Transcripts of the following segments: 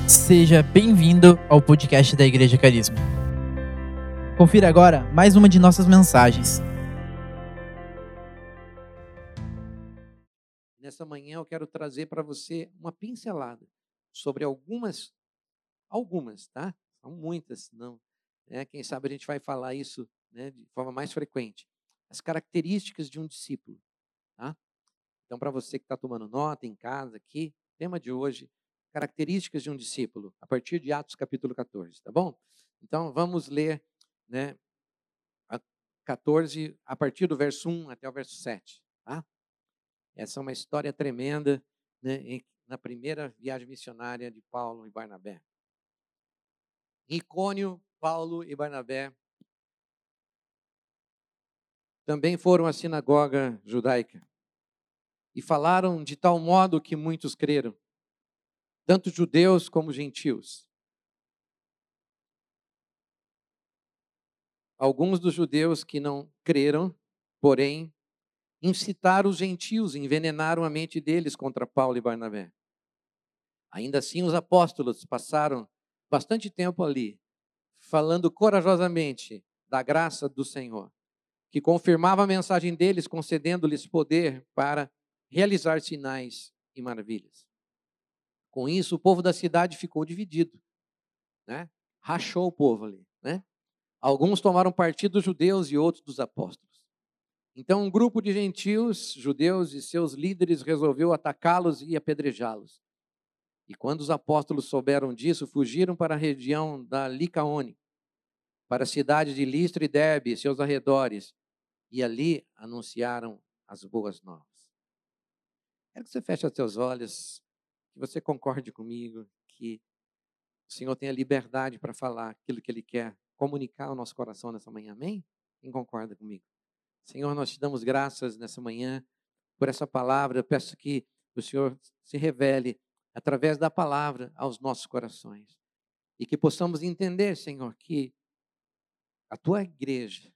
Seja bem-vindo ao podcast da Igreja Carisma. Confira agora mais uma de nossas mensagens. Nessa manhã eu quero trazer para você uma pincelada sobre algumas, tá? São muitas, não, né? Quem sabe a gente vai falar isso, né, de forma mais frequente. As características de um discípulo, tá? Então, para você que está tomando nota em casa aqui, tema de hoje, características de um discípulo, a partir de Atos capítulo 14, tá bom? Então, vamos ler, né, a 14, a partir do verso 1 até o verso 7, tá? Essa é uma história tremenda, né, na primeira viagem missionária de Paulo e Barnabé. Em Icônio, Paulo e Barnabé também foram à sinagoga judaica e falaram de tal modo que muitos creram, tanto judeus como gentios. Alguns dos judeus que não creram, porém, incitaram os gentios e envenenaram a mente deles contra Paulo e Barnabé. Ainda assim, os apóstolos passaram bastante tempo ali, falando corajosamente da graça do Senhor, que confirmava a mensagem deles, concedendo-lhes poder para realizar sinais e maravilhas. Com isso, o povo da cidade ficou dividido, né? Rachou o povo ali, né? Alguns tomaram partido dos judeus e outros dos apóstolos. Então, um grupo de gentios, judeus e seus líderes resolveu atacá-los e apedrejá-los. E quando os apóstolos souberam disso, fugiram para a região da Licaônia, para a cidade de Listra e Derbe e seus arredores, e ali anunciaram as boas novas. Quero que você feche os seus olhos, que você concorde comigo, que o Senhor tenha liberdade para falar aquilo que Ele quer comunicar ao nosso coração nessa manhã, amém? Quem concorda comigo? Senhor, nós te damos graças nessa manhã por essa palavra. Eu peço que o Senhor se revele através da palavra aos nossos corações. E que possamos entender, Senhor, que a tua igreja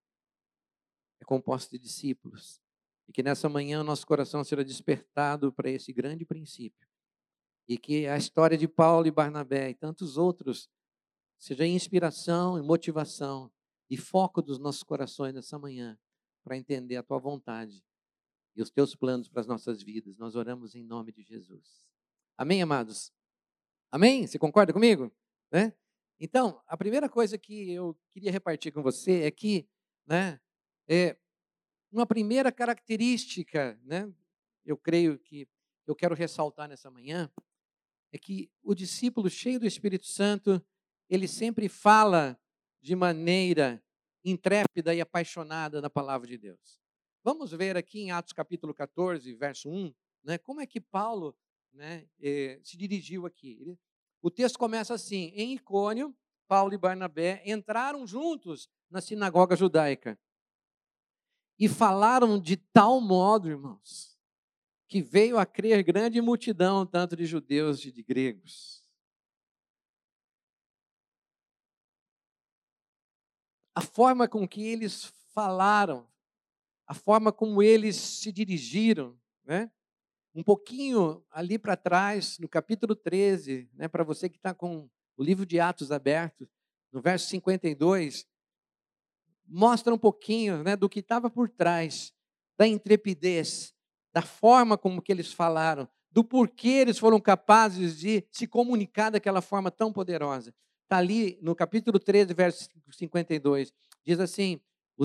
é composta de discípulos. E que nessa manhã o nosso coração será despertado para esse grande princípio. E que a história de Paulo e Barnabé e tantos outros seja inspiração e motivação e foco dos nossos corações nessa manhã para entender a tua vontade e os teus planos para as nossas vidas. Nós oramos em nome de Jesus. Amém, amados? Amém? Você concorda comigo? Né? Então, a primeira coisa que eu queria repartir com você é que, né, uma primeira característica, né, eu creio que eu quero ressaltar nessa manhã, é que o discípulo cheio do Espírito Santo, ele sempre fala de maneira intrépida e apaixonada da palavra de Deus. Vamos ver aqui em Atos capítulo 14, verso 1, né, como é que Paulo, né, se dirigiu aqui. O texto começa assim: em Icônio, Paulo e Barnabé entraram juntos na sinagoga judaica e falaram de tal modo, irmãos, que veio a crer grande multidão, tanto de judeus e de gregos. A forma com que eles falaram, a forma como eles se dirigiram, né? Um pouquinho ali para trás, no capítulo 13, né, para você que está com o livro de Atos aberto, no verso 52, mostra um pouquinho, né, do que estava por trás, da intrepidez, da forma como que eles falaram, do porquê eles foram capazes de se comunicar daquela forma tão poderosa. Está ali no capítulo 13, verso 52, diz assim: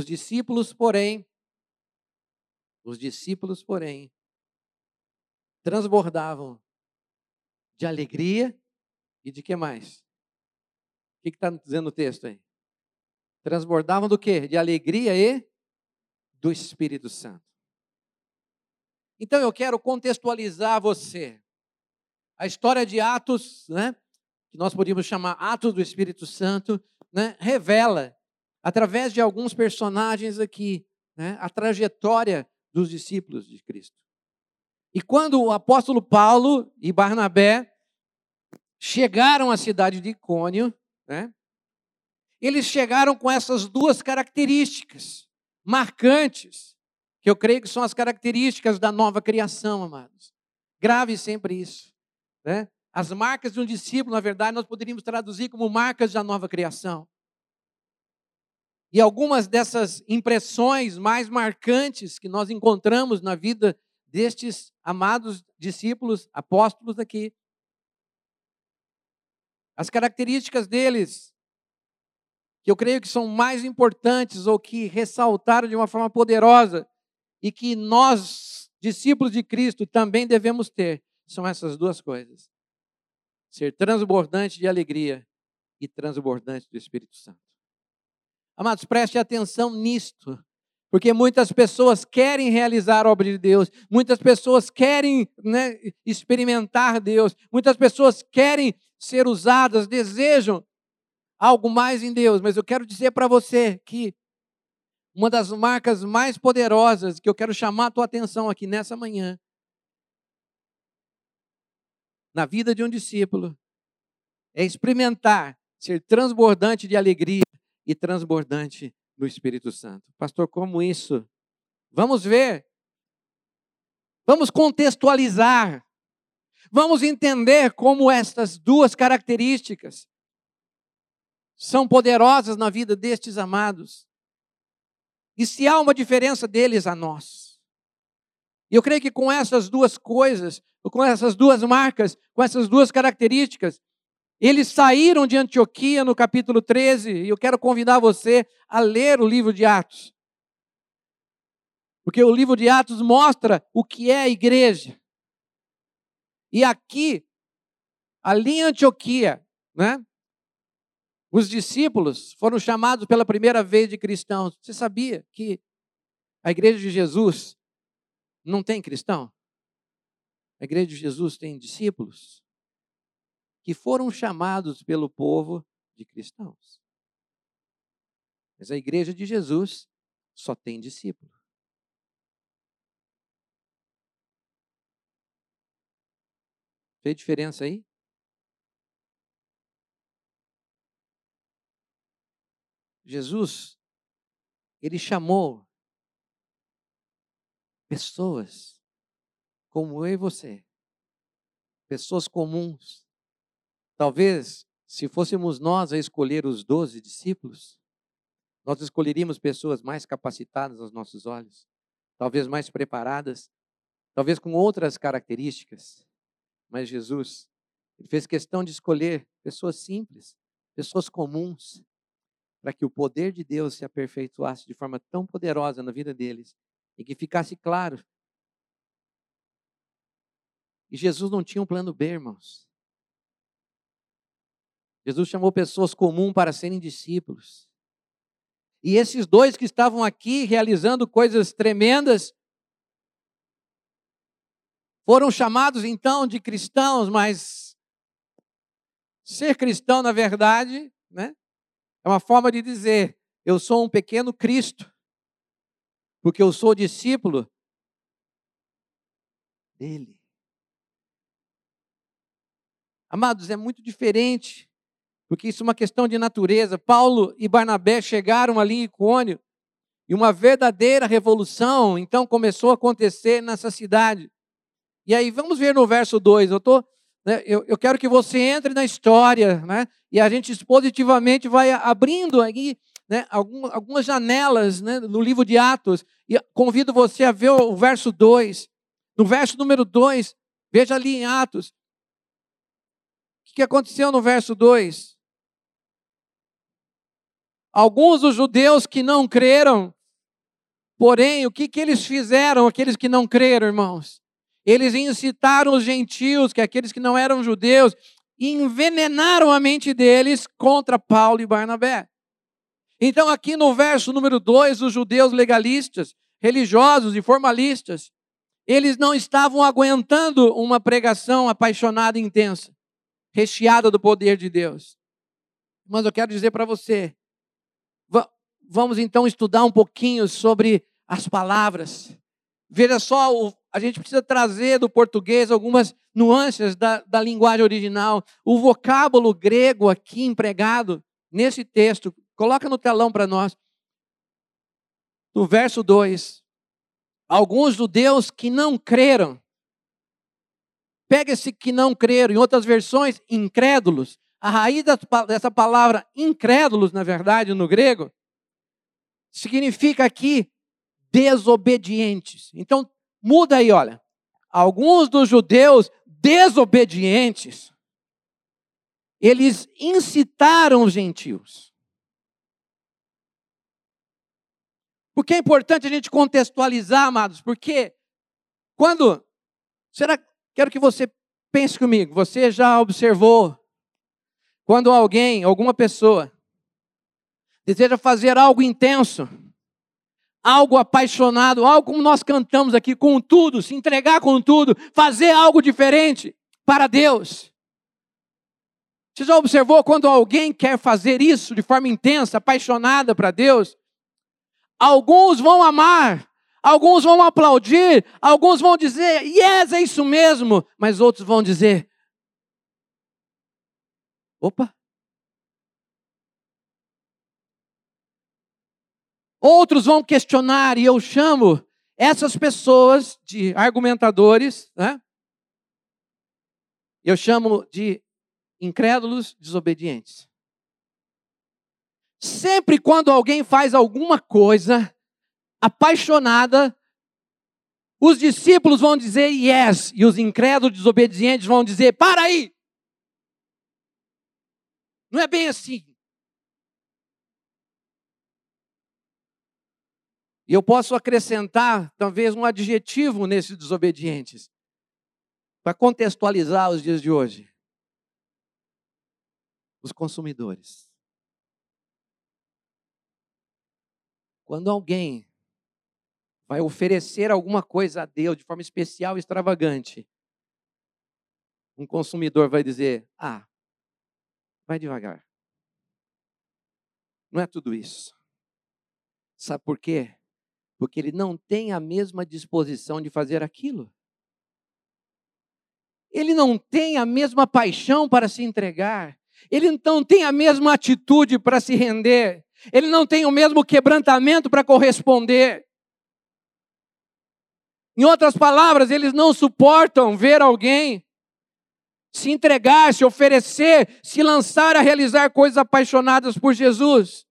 os discípulos, porém, transbordavam de alegria e de que mais? O que está dizendo o texto aí? Transbordavam do quê? De alegria e do Espírito Santo. Então eu quero contextualizar você. A história de Atos, né, que nós podíamos chamar Atos do Espírito Santo, né, revela, através de alguns personagens aqui, né, a trajetória dos discípulos de Cristo. E quando o apóstolo Paulo e Barnabé chegaram à cidade de Icônio, né, eles chegaram com essas duas características marcantes, que eu creio que são as características da nova criação, amados. Grave sempre isso, né? As marcas de um discípulo, na verdade, nós poderíamos traduzir como marcas da nova criação. E algumas dessas impressões mais marcantes que nós encontramos na vida destes amados discípulos, apóstolos aqui. As características deles, que eu creio que são mais importantes ou que ressaltaram de uma forma poderosa e que nós, discípulos de Cristo, também devemos ter, são essas duas coisas. Ser transbordante de alegria e transbordante do Espírito Santo. Amados, preste atenção nisto, porque muitas pessoas querem realizar a obra de Deus, muitas pessoas querem, experimentar Deus, muitas pessoas querem ser usadas, desejam algo mais em Deus, mas eu quero dizer para você que uma das marcas mais poderosas que eu quero chamar a tua atenção aqui nessa manhã, na vida de um discípulo, é experimentar ser transbordante de alegria e transbordante do Espírito Santo. Pastor, como isso? Vamos ver. Vamos contextualizar. Vamos entender como estas duas características são poderosas na vida destes amados. E se há uma diferença deles a nós. E eu creio que com essas duas coisas, com essas duas marcas, com essas duas características, eles saíram de Antioquia no capítulo 13, e eu quero convidar você a ler o livro de Atos. Porque o livro de Atos mostra o que é a igreja. E aqui, ali em Antioquia, os discípulos foram chamados pela primeira vez de cristãos. Você sabia que a igreja de Jesus não tem cristão? A igreja de Jesus tem discípulos que foram chamados pelo povo de cristãos. Mas a igreja de Jesus só tem discípulo. Tem diferença aí? Jesus, ele chamou pessoas como eu e você, pessoas comuns. Talvez, se fôssemos nós a escolher os 12 discípulos, nós escolheríamos pessoas mais capacitadas aos nossos olhos, talvez mais preparadas, talvez com outras características. Mas Jesus, ele fez questão de escolher pessoas simples, pessoas comuns, para que o poder de Deus se aperfeiçoasse de forma tão poderosa na vida deles e que ficasse claro. E Jesus não tinha um plano B, irmãos. Jesus chamou pessoas comuns para serem discípulos. E esses dois que estavam aqui realizando coisas tremendas, foram chamados então de cristãos, mas ser cristão, na verdade, é uma forma de dizer, eu sou um pequeno Cristo, porque eu sou discípulo dele. Amados, é muito diferente, porque isso é uma questão de natureza. Paulo e Barnabé chegaram ali em Icônio, e uma verdadeira revolução, então, começou a acontecer nessa cidade. E aí, vamos ver no verso 2, eu quero que você entre na história, e a gente expositivamente vai abrindo aí, algumas janelas, no livro de Atos, e convido você a ver o verso 2. No verso número 2, veja ali em Atos, o que aconteceu no verso 2? Alguns dos judeus que não creram, porém, o que eles fizeram, aqueles que não creram, irmãos? Eles incitaram os gentios, que aqueles que não eram judeus, e envenenaram a mente deles contra Paulo e Barnabé. Então aqui no verso número 2, os judeus legalistas, religiosos e formalistas, eles não estavam aguentando uma pregação apaixonada e intensa, recheada do poder de Deus. Mas eu quero dizer para você, vamos então estudar um pouquinho sobre as palavras. Veja só, a gente precisa trazer do português algumas nuances da linguagem original. O vocábulo grego aqui empregado nesse texto, coloca no telão para nós. No verso 2, alguns judeus que não creram, pega esse que não creram, em outras versões, incrédulos. A raiz dessa palavra incrédulos, na verdade, no grego, significa aqui desobedientes. Então, muda aí, olha. Alguns dos judeus desobedientes, eles incitaram os gentios. Porque é importante a gente contextualizar, amados, porque quero que você pense comigo, você já observou quando alguma pessoa, deseja fazer algo intenso, algo apaixonado, algo como nós cantamos aqui, com tudo, se entregar com tudo, fazer algo diferente para Deus. Você já observou quando alguém quer fazer isso de forma intensa, apaixonada para Deus? Alguns vão amar, alguns vão aplaudir, alguns vão dizer, yes, é isso mesmo, mas outros vão dizer, opa. Outros vão questionar, e eu chamo essas pessoas de argumentadores, né? Eu chamo de incrédulos desobedientes. Sempre quando alguém faz alguma coisa apaixonada, os discípulos vão dizer yes, e os incrédulos desobedientes vão dizer, para aí! Não é bem assim. E eu posso acrescentar, talvez, um adjetivo nesses desobedientes, para contextualizar os dias de hoje. Os consumidores. Quando alguém vai oferecer alguma coisa a Deus de forma especial e extravagante, um consumidor vai dizer, vai devagar. Não é tudo isso. Sabe por quê? Porque ele não tem a mesma disposição de fazer aquilo. Ele não tem a mesma paixão para se entregar. Ele não tem a mesma atitude para se render. Ele não tem o mesmo quebrantamento para corresponder. Em outras palavras, eles não suportam ver alguém se entregar, se oferecer, se lançar a realizar coisas apaixonadas por Jesus.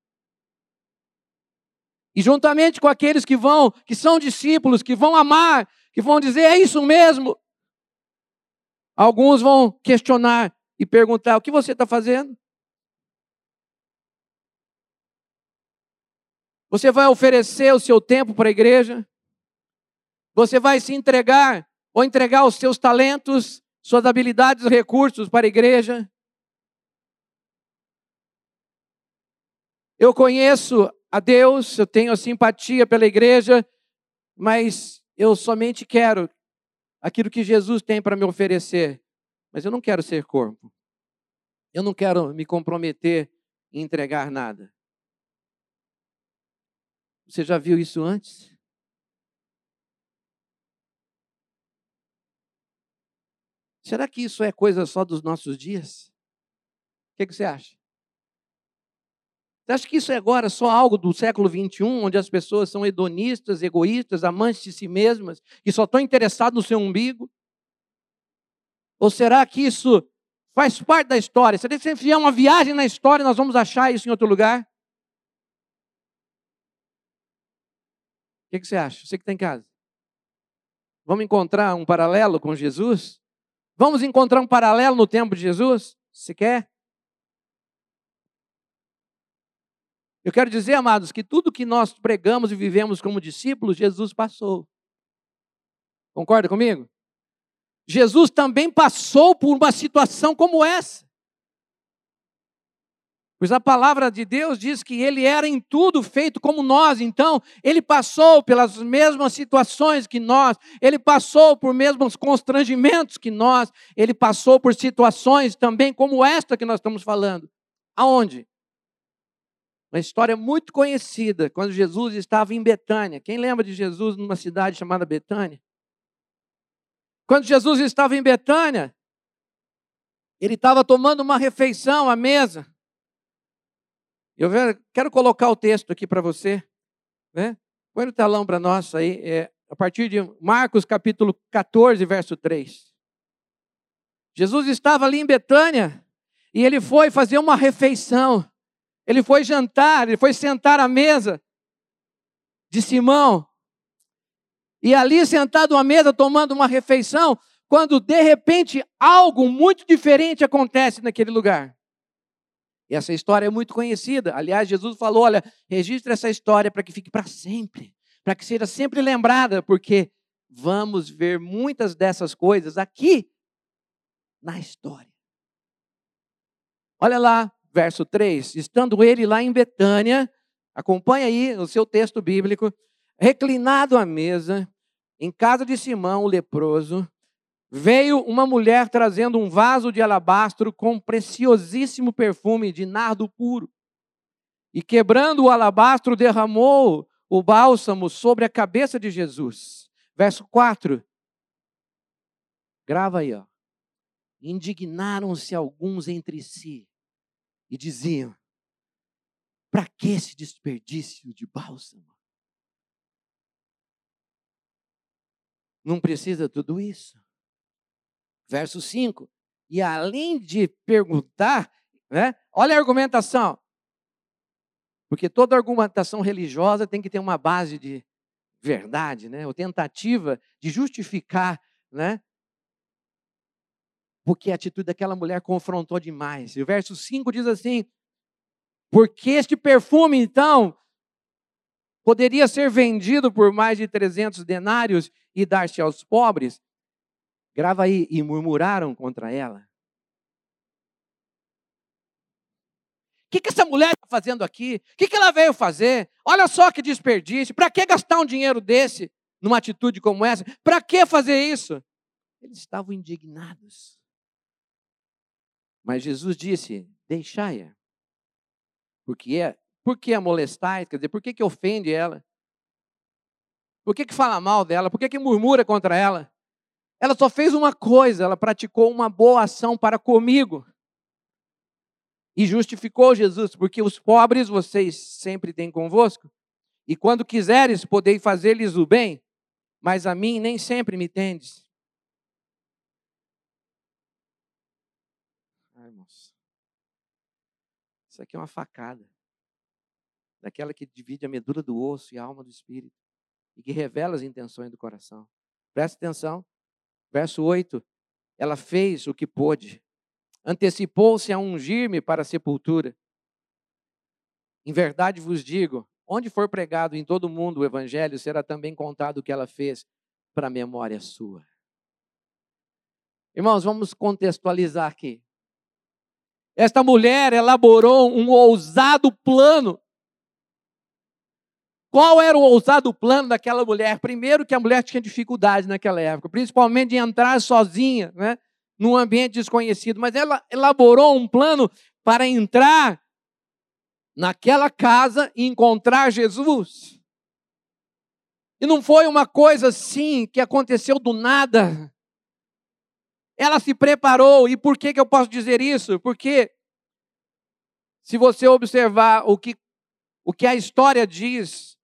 E juntamente com aqueles que são discípulos, que vão amar, que vão dizer, é isso mesmo. Alguns vão questionar e perguntar, o que você está fazendo? Você vai oferecer o seu tempo para a igreja? Você vai se entregar ou entregar os seus talentos, suas habilidades e recursos para a igreja? Eu conheço a Deus, eu tenho simpatia pela igreja, mas eu somente quero aquilo que Jesus tem para me oferecer. Mas eu não quero ser corpo. Eu não quero me comprometer em entregar nada. Você já viu isso antes? Será que isso é coisa só dos nossos dias? O que você acha? Você acha que isso é agora só algo do século XXI, onde as pessoas são hedonistas, egoístas, amantes de si mesmas, que só estão interessados no seu umbigo? Ou será que isso faz parte da história? Se a gente fizer uma viagem na história, nós vamos achar isso em outro lugar? O que você acha? Você que está em casa. Vamos encontrar um paralelo com Jesus? Vamos encontrar um paralelo no tempo de Jesus? Você quer? Eu quero dizer, amados, que tudo que nós pregamos e vivemos como discípulos, Jesus passou. Concorda comigo? Jesus também passou por uma situação como essa. Pois a palavra de Deus diz que ele era em tudo feito como nós. Então, ele passou pelas mesmas situações que nós. Ele passou por mesmos constrangimentos que nós. Ele passou por situações também como esta que nós estamos falando. Aonde? Uma história muito conhecida, quando Jesus estava em Betânia. Quem lembra de Jesus numa cidade chamada Betânia? Quando Jesus estava em Betânia, ele estava tomando uma refeição à mesa. Eu quero colocar o texto aqui para você, né? Põe no telão para nós aí, a partir de Marcos capítulo 14, verso 3. Jesus estava ali em Betânia e ele foi fazer uma refeição. Ele foi jantar, ele foi sentar à mesa de Simão. E ali sentado à mesa tomando uma refeição, quando de repente algo muito diferente acontece naquele lugar. E essa história é muito conhecida. Aliás, Jesus falou, olha, registre essa história para que fique para sempre, para que seja sempre lembrada, porque vamos ver muitas dessas coisas aqui na história. Olha lá, verso 3. Estando ele lá em Betânia, acompanha aí o seu texto bíblico, reclinado à mesa, em casa de Simão, o leproso, veio uma mulher trazendo um vaso de alabastro com preciosíssimo perfume de nardo puro. E quebrando o alabastro, derramou o bálsamo sobre a cabeça de Jesus. Verso 4. Grava aí, ó. Indignaram-se alguns entre si e diziam: para que esse desperdício de bálsamo? Não precisa tudo isso. Verso 5. E além de perguntar, né, olha a argumentação. Porque toda argumentação religiosa tem que ter uma base de verdade, né? Ou tentativa de justificar, né? Porque a atitude daquela mulher confrontou demais. E o verso 5 diz assim: porque este perfume, então, poderia ser vendido por mais de 300 denários e dar-se aos pobres. Grava aí, e murmuraram contra ela. O que essa mulher está fazendo aqui? O que ela veio fazer? Olha só que desperdício. Para que gastar um dinheiro desse numa atitude como essa? Para que fazer isso? Eles estavam indignados. Mas Jesus disse: deixai-a. Por que a molestais? Quer dizer, por que ofende ela? Por que fala mal dela? Por que murmura contra ela? Ela só fez uma coisa, ela praticou uma boa ação para comigo. E justificou Jesus, porque os pobres vocês sempre têm convosco, e quando quiseres, podeis fazer-lhes o bem, mas a mim nem sempre me tendes. Ai, irmãos, isso aqui é uma facada, daquela que divide a medula do osso e a alma do espírito, e que revela as intenções do coração. Presta atenção, verso 8, ela fez o que pôde, antecipou-se a ungir-me para a sepultura. Em verdade vos digo, onde for pregado em todo o mundo o evangelho, será também contado o que ela fez para a memória sua. Irmãos, vamos contextualizar aqui. Esta mulher elaborou um ousado plano. Qual era o ousado plano daquela mulher? Primeiro, que a mulher tinha dificuldade naquela época, principalmente de entrar sozinha, né, num ambiente desconhecido. Mas ela elaborou um plano para entrar naquela casa e encontrar Jesus. E não foi uma coisa assim que aconteceu do nada. Ela se preparou. E por que eu posso dizer isso? Porque se você observar o que a história diz,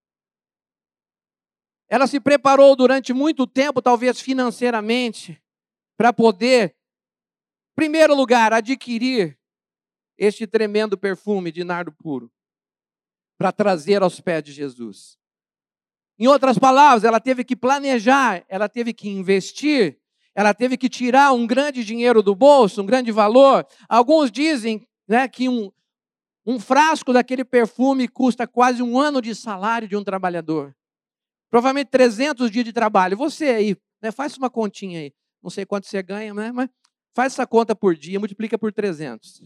ela se preparou durante muito tempo, talvez financeiramente, para poder, em primeiro lugar, adquirir este tremendo perfume de nardo puro, para trazer aos pés de Jesus. Em outras palavras, ela teve que planejar, ela teve que investir, ela teve que tirar um grande dinheiro do bolso, um grande valor. Alguns dizem, né, que um frasco daquele perfume custa quase 1 ano de salário de um trabalhador. Provavelmente 300 dias de trabalho. Você aí, né, faz uma continha aí. Não sei quanto você ganha, né, mas faz essa conta por dia, multiplica por 300.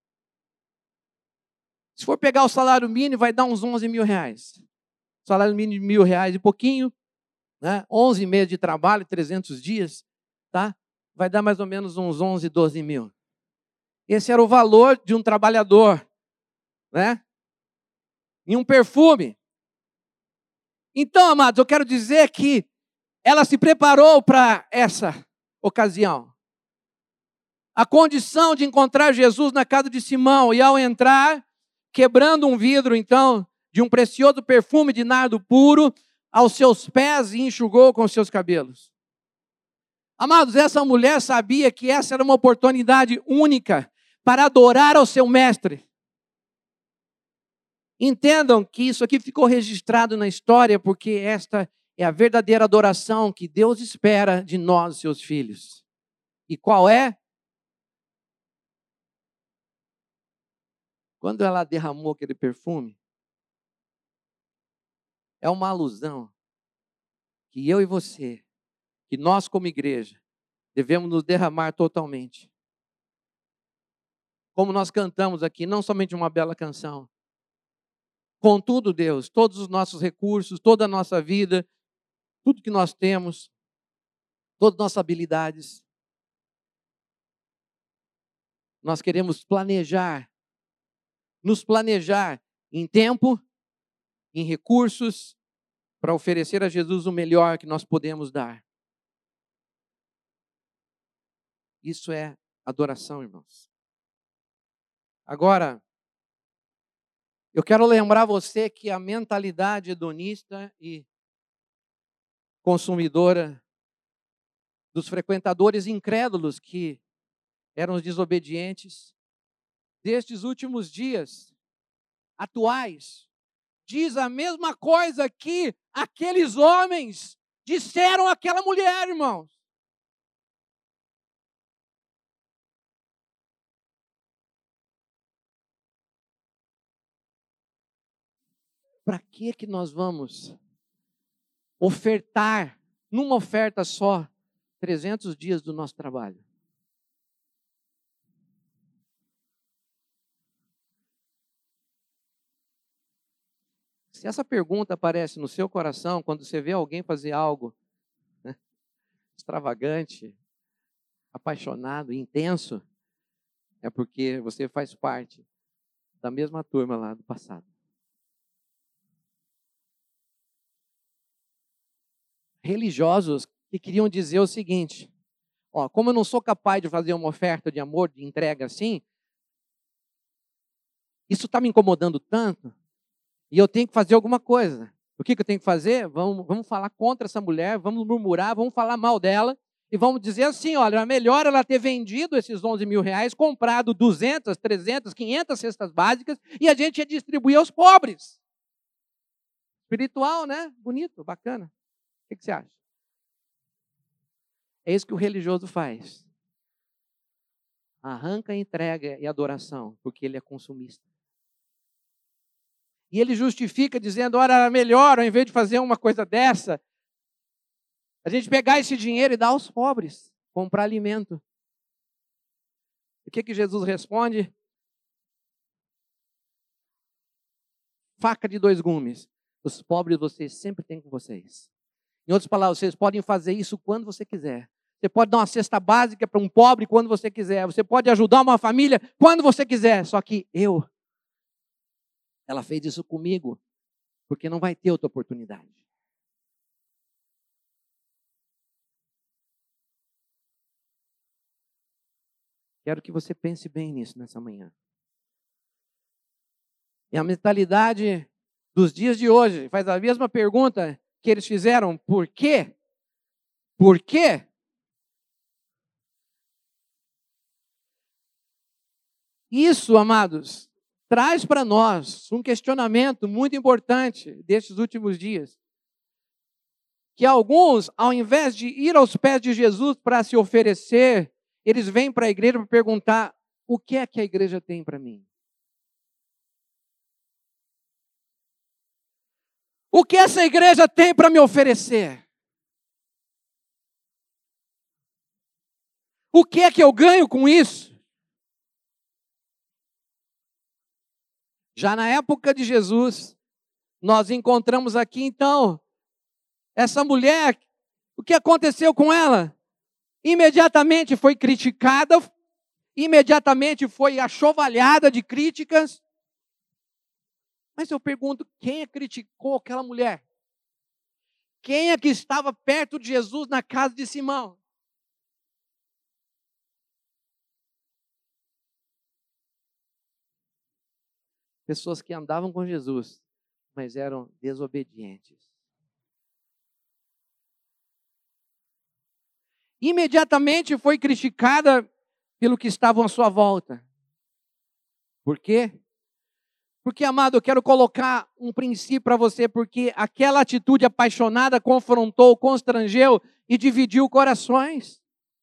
Se for pegar o salário mínimo, vai dar uns 11 mil reais. Salário mínimo de R$1.000 e pouquinho, né? 11 meses de trabalho, 300 dias, tá? Vai dar mais ou menos uns 11, 12 mil. Esse era o valor de um trabalhador, né? Em um perfume. Então, amados, eu quero dizer que ela se preparou para essa ocasião. A condição de encontrar Jesus na casa de Simão, e ao entrar, quebrando um vidro, então, de um precioso perfume de nardo puro, aos seus pés e enxugou com os seus cabelos. Amados, essa mulher sabia que essa era uma oportunidade única para adorar ao seu mestre. Entendam que isso aqui ficou registrado na história, porque esta é a verdadeira adoração que Deus espera de nós, seus filhos. E qual é? Quando ela derramou aquele perfume, é uma alusão que eu e você, que nós como igreja, devemos nos derramar totalmente. Como nós cantamos aqui, não somente uma bela canção. Contudo, Deus, todos os nossos recursos, toda a nossa vida, tudo que nós temos, todas as nossas habilidades, nós queremos planejar, nos planejar em tempo, em recursos, para oferecer a Jesus o melhor que nós podemos dar. Isso é adoração, irmãos. Agora, eu quero lembrar você que a mentalidade hedonista e consumidora dos frequentadores incrédulos que eram os desobedientes destes últimos dias atuais, diz a mesma coisa que aqueles homens disseram àquela mulher, irmãos. Para que nós vamos ofertar, numa oferta só, 300 dias do nosso trabalho? Se essa pergunta aparece no seu coração, quando você vê alguém fazer algo, né, extravagante, apaixonado, intenso, é porque você faz parte da mesma turma lá do passado. Religiosos que queriam dizer o seguinte: ó, como eu não sou capaz de fazer uma oferta de amor, de entrega assim, isso está me incomodando tanto, e eu tenho que fazer alguma coisa. O que eu tenho que fazer? Vamos falar contra essa mulher, vamos murmurar, vamos falar mal dela, e vamos dizer assim: olha, é melhor ela ter vendido esses 11 mil reais, comprado 200, 300, 500 cestas básicas, e a gente ia distribuir aos pobres. Espiritual, né? Bonito, bacana. O que você acha? É isso que o religioso faz. Arranca a entrega e adoração, porque ele é consumista. E ele justifica dizendo: olha, era melhor, ao invés de fazer uma coisa dessa, a gente pegar esse dinheiro e dar aos pobres, comprar alimento. O que Jesus responde? Faca de dois gumes. Os pobres vocês sempre têm com vocês. Em outras palavras, vocês podem fazer isso quando você quiser. Você pode dar uma cesta básica para um pobre quando você quiser. Você pode ajudar uma família quando você quiser. Só que ela fez isso comigo, porque não vai ter outra oportunidade. Quero que você pense bem nisso nessa manhã. E a mentalidade dos dias de hoje faz a mesma pergunta que eles fizeram: por quê? Por quê? Isso, amados, traz para nós um questionamento muito importante destes últimos dias. Que alguns, ao invés de ir aos pés de Jesus para se oferecer, eles vêm para a igreja para perguntar: o que é que a igreja tem para mim? O que essa igreja tem para me oferecer? O que é que eu ganho com isso? Já na época de Jesus, nós encontramos aqui então, essa mulher, o que aconteceu com ela? Imediatamente foi criticada, imediatamente foi achovalhada de críticas. Mas eu pergunto, quem criticou aquela mulher? Quem é que estava perto de Jesus na casa de Simão? Pessoas que andavam com Jesus, mas eram desobedientes. imediatamente foi criticada pelo que estavam à sua volta. Por quê? Porque, amado, eu quero colocar um princípio para você, porque aquela atitude apaixonada confrontou, constrangeu e dividiu corações.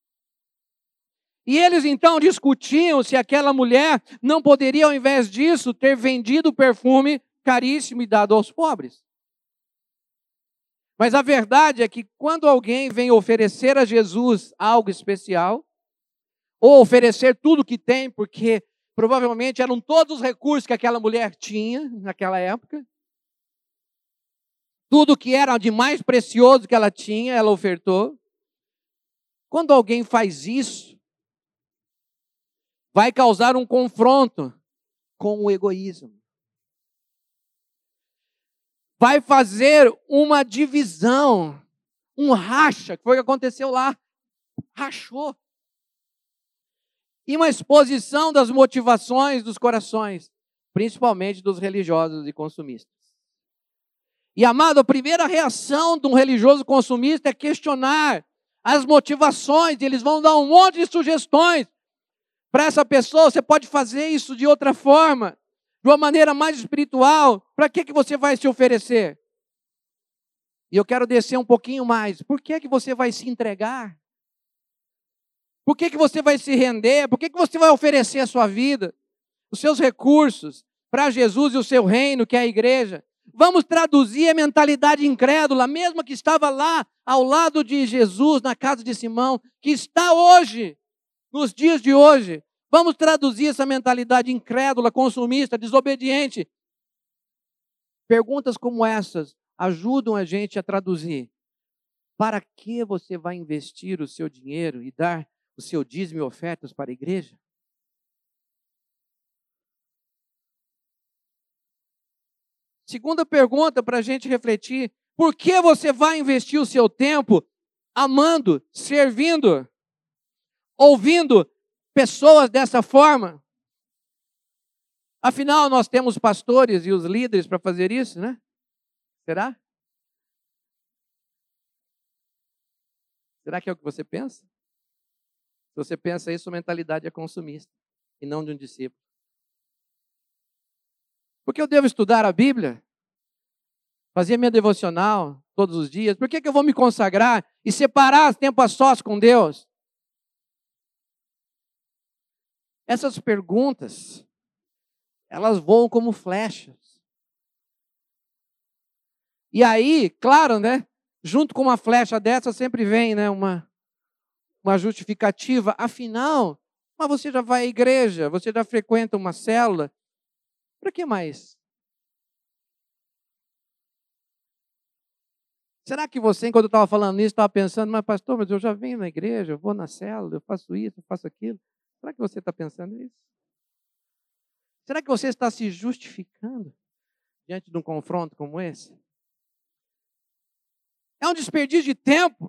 E eles então discutiam se aquela mulher não poderia, ao invés disso, ter vendido o perfume caríssimo e dado aos pobres. Mas a verdade é que quando alguém vem oferecer a Jesus algo especial, ou oferecer tudo que tem, porque provavelmente eram todos os recursos que aquela mulher tinha naquela época, tudo que era de mais precioso que ela tinha, ela ofertou. Quando alguém faz isso, vai causar um confronto com o egoísmo. Vai fazer uma divisão, um racha, que foi o que aconteceu lá. Rachou. E uma exposição das motivações dos corações, principalmente dos religiosos e consumistas. E, amado, a primeira reação de um religioso consumista é questionar as motivações. Eles vão dar um monte de sugestões para essa pessoa. Você pode fazer isso de outra forma, de uma maneira mais espiritual. Para que você vai se oferecer? E eu quero descer um pouquinho mais. Por que você vai se entregar? Por que você vai se render? Por que você vai oferecer a sua vida, os seus recursos para Jesus e o seu reino, que é a igreja? Vamos traduzir a mentalidade incrédula, mesmo que estava lá ao lado de Jesus, na casa de Simão, que está hoje, nos dias de hoje. Vamos traduzir essa mentalidade incrédula, consumista, desobediente. Perguntas como essas ajudam a gente a traduzir. Para que você vai investir o seu dinheiro e dar o seu dízimo e ofertas para a igreja? Segunda pergunta para a gente refletir: por que você vai investir o seu tempo amando, servindo, ouvindo pessoas dessa forma? Afinal, nós temos pastores e os líderes para fazer isso, né? Será? Será que é o que você pensa? Se você pensa isso, sua mentalidade é consumista e não de um discípulo. Por que eu devo estudar a Bíblia? Fazer minha devocional todos os dias? Por que eu vou me consagrar e separar tempo a sós com Deus? Essas perguntas, elas voam como flechas. E aí, claro, né? Junto com uma flecha dessa sempre vem, né, uma justificativa. Afinal, mas você já vai à igreja, você já frequenta uma célula. Para que mais? Será que você, enquanto eu estava falando isso, estava pensando, mas pastor, mas eu já venho na igreja, eu vou na célula, eu faço isso, eu faço aquilo. Será que você está pensando isso? Será que você está se justificando diante de um confronto como esse? É um desperdício de tempo.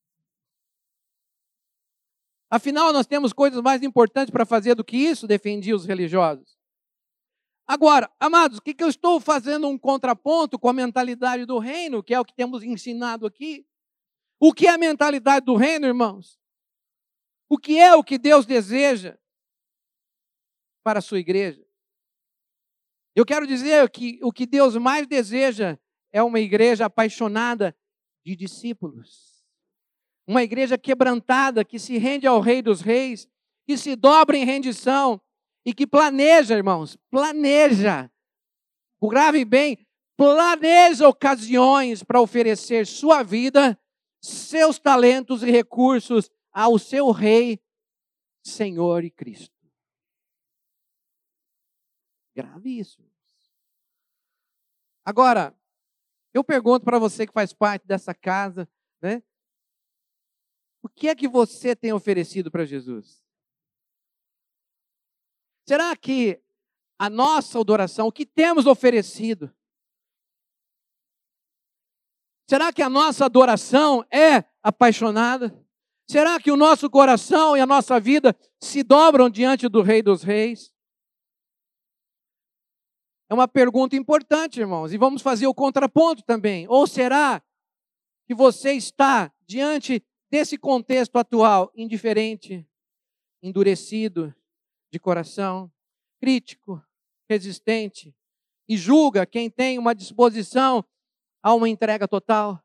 Afinal, nós temos coisas mais importantes para fazer do que isso, defendiam os religiosos. Agora, amados, o que eu estou fazendo um contraponto com a mentalidade do reino, que é o que temos ensinado aqui? O que é a mentalidade do reino, irmãos? O que é o que Deus deseja para a sua igreja? Eu quero dizer que o que Deus mais deseja é uma igreja apaixonada de discípulos. Uma igreja quebrantada, que se rende ao Rei dos Reis, que se dobra em rendição e que planeja, irmãos, planeja, grave bem, planeja ocasiões para oferecer sua vida, seus talentos e recursos ao seu Rei, Senhor e Cristo. Grave isso. Agora, eu pergunto para você que faz parte dessa casa, né? O que é que você tem oferecido para Jesus? Será que a nossa adoração, o que temos oferecido? Será que a nossa adoração é apaixonada? Será que o nosso coração e a nossa vida se dobram diante do Rei dos Reis? É uma pergunta importante, irmãos, e vamos fazer o contraponto também. Ou será que você está diante desse contexto atual, indiferente, endurecido de coração, crítico, resistente, e julga quem tem uma disposição a uma entrega total?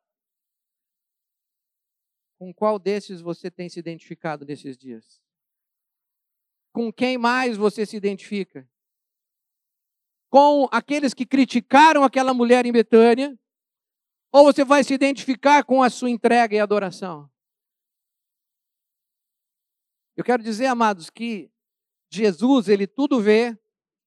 Com qual desses você tem se identificado nesses dias? Com quem mais você se identifica? Com aqueles que criticaram aquela mulher em Betânia? Ou você vai se identificar com a sua entrega e adoração? Eu quero dizer, amados, que Jesus, ele tudo vê,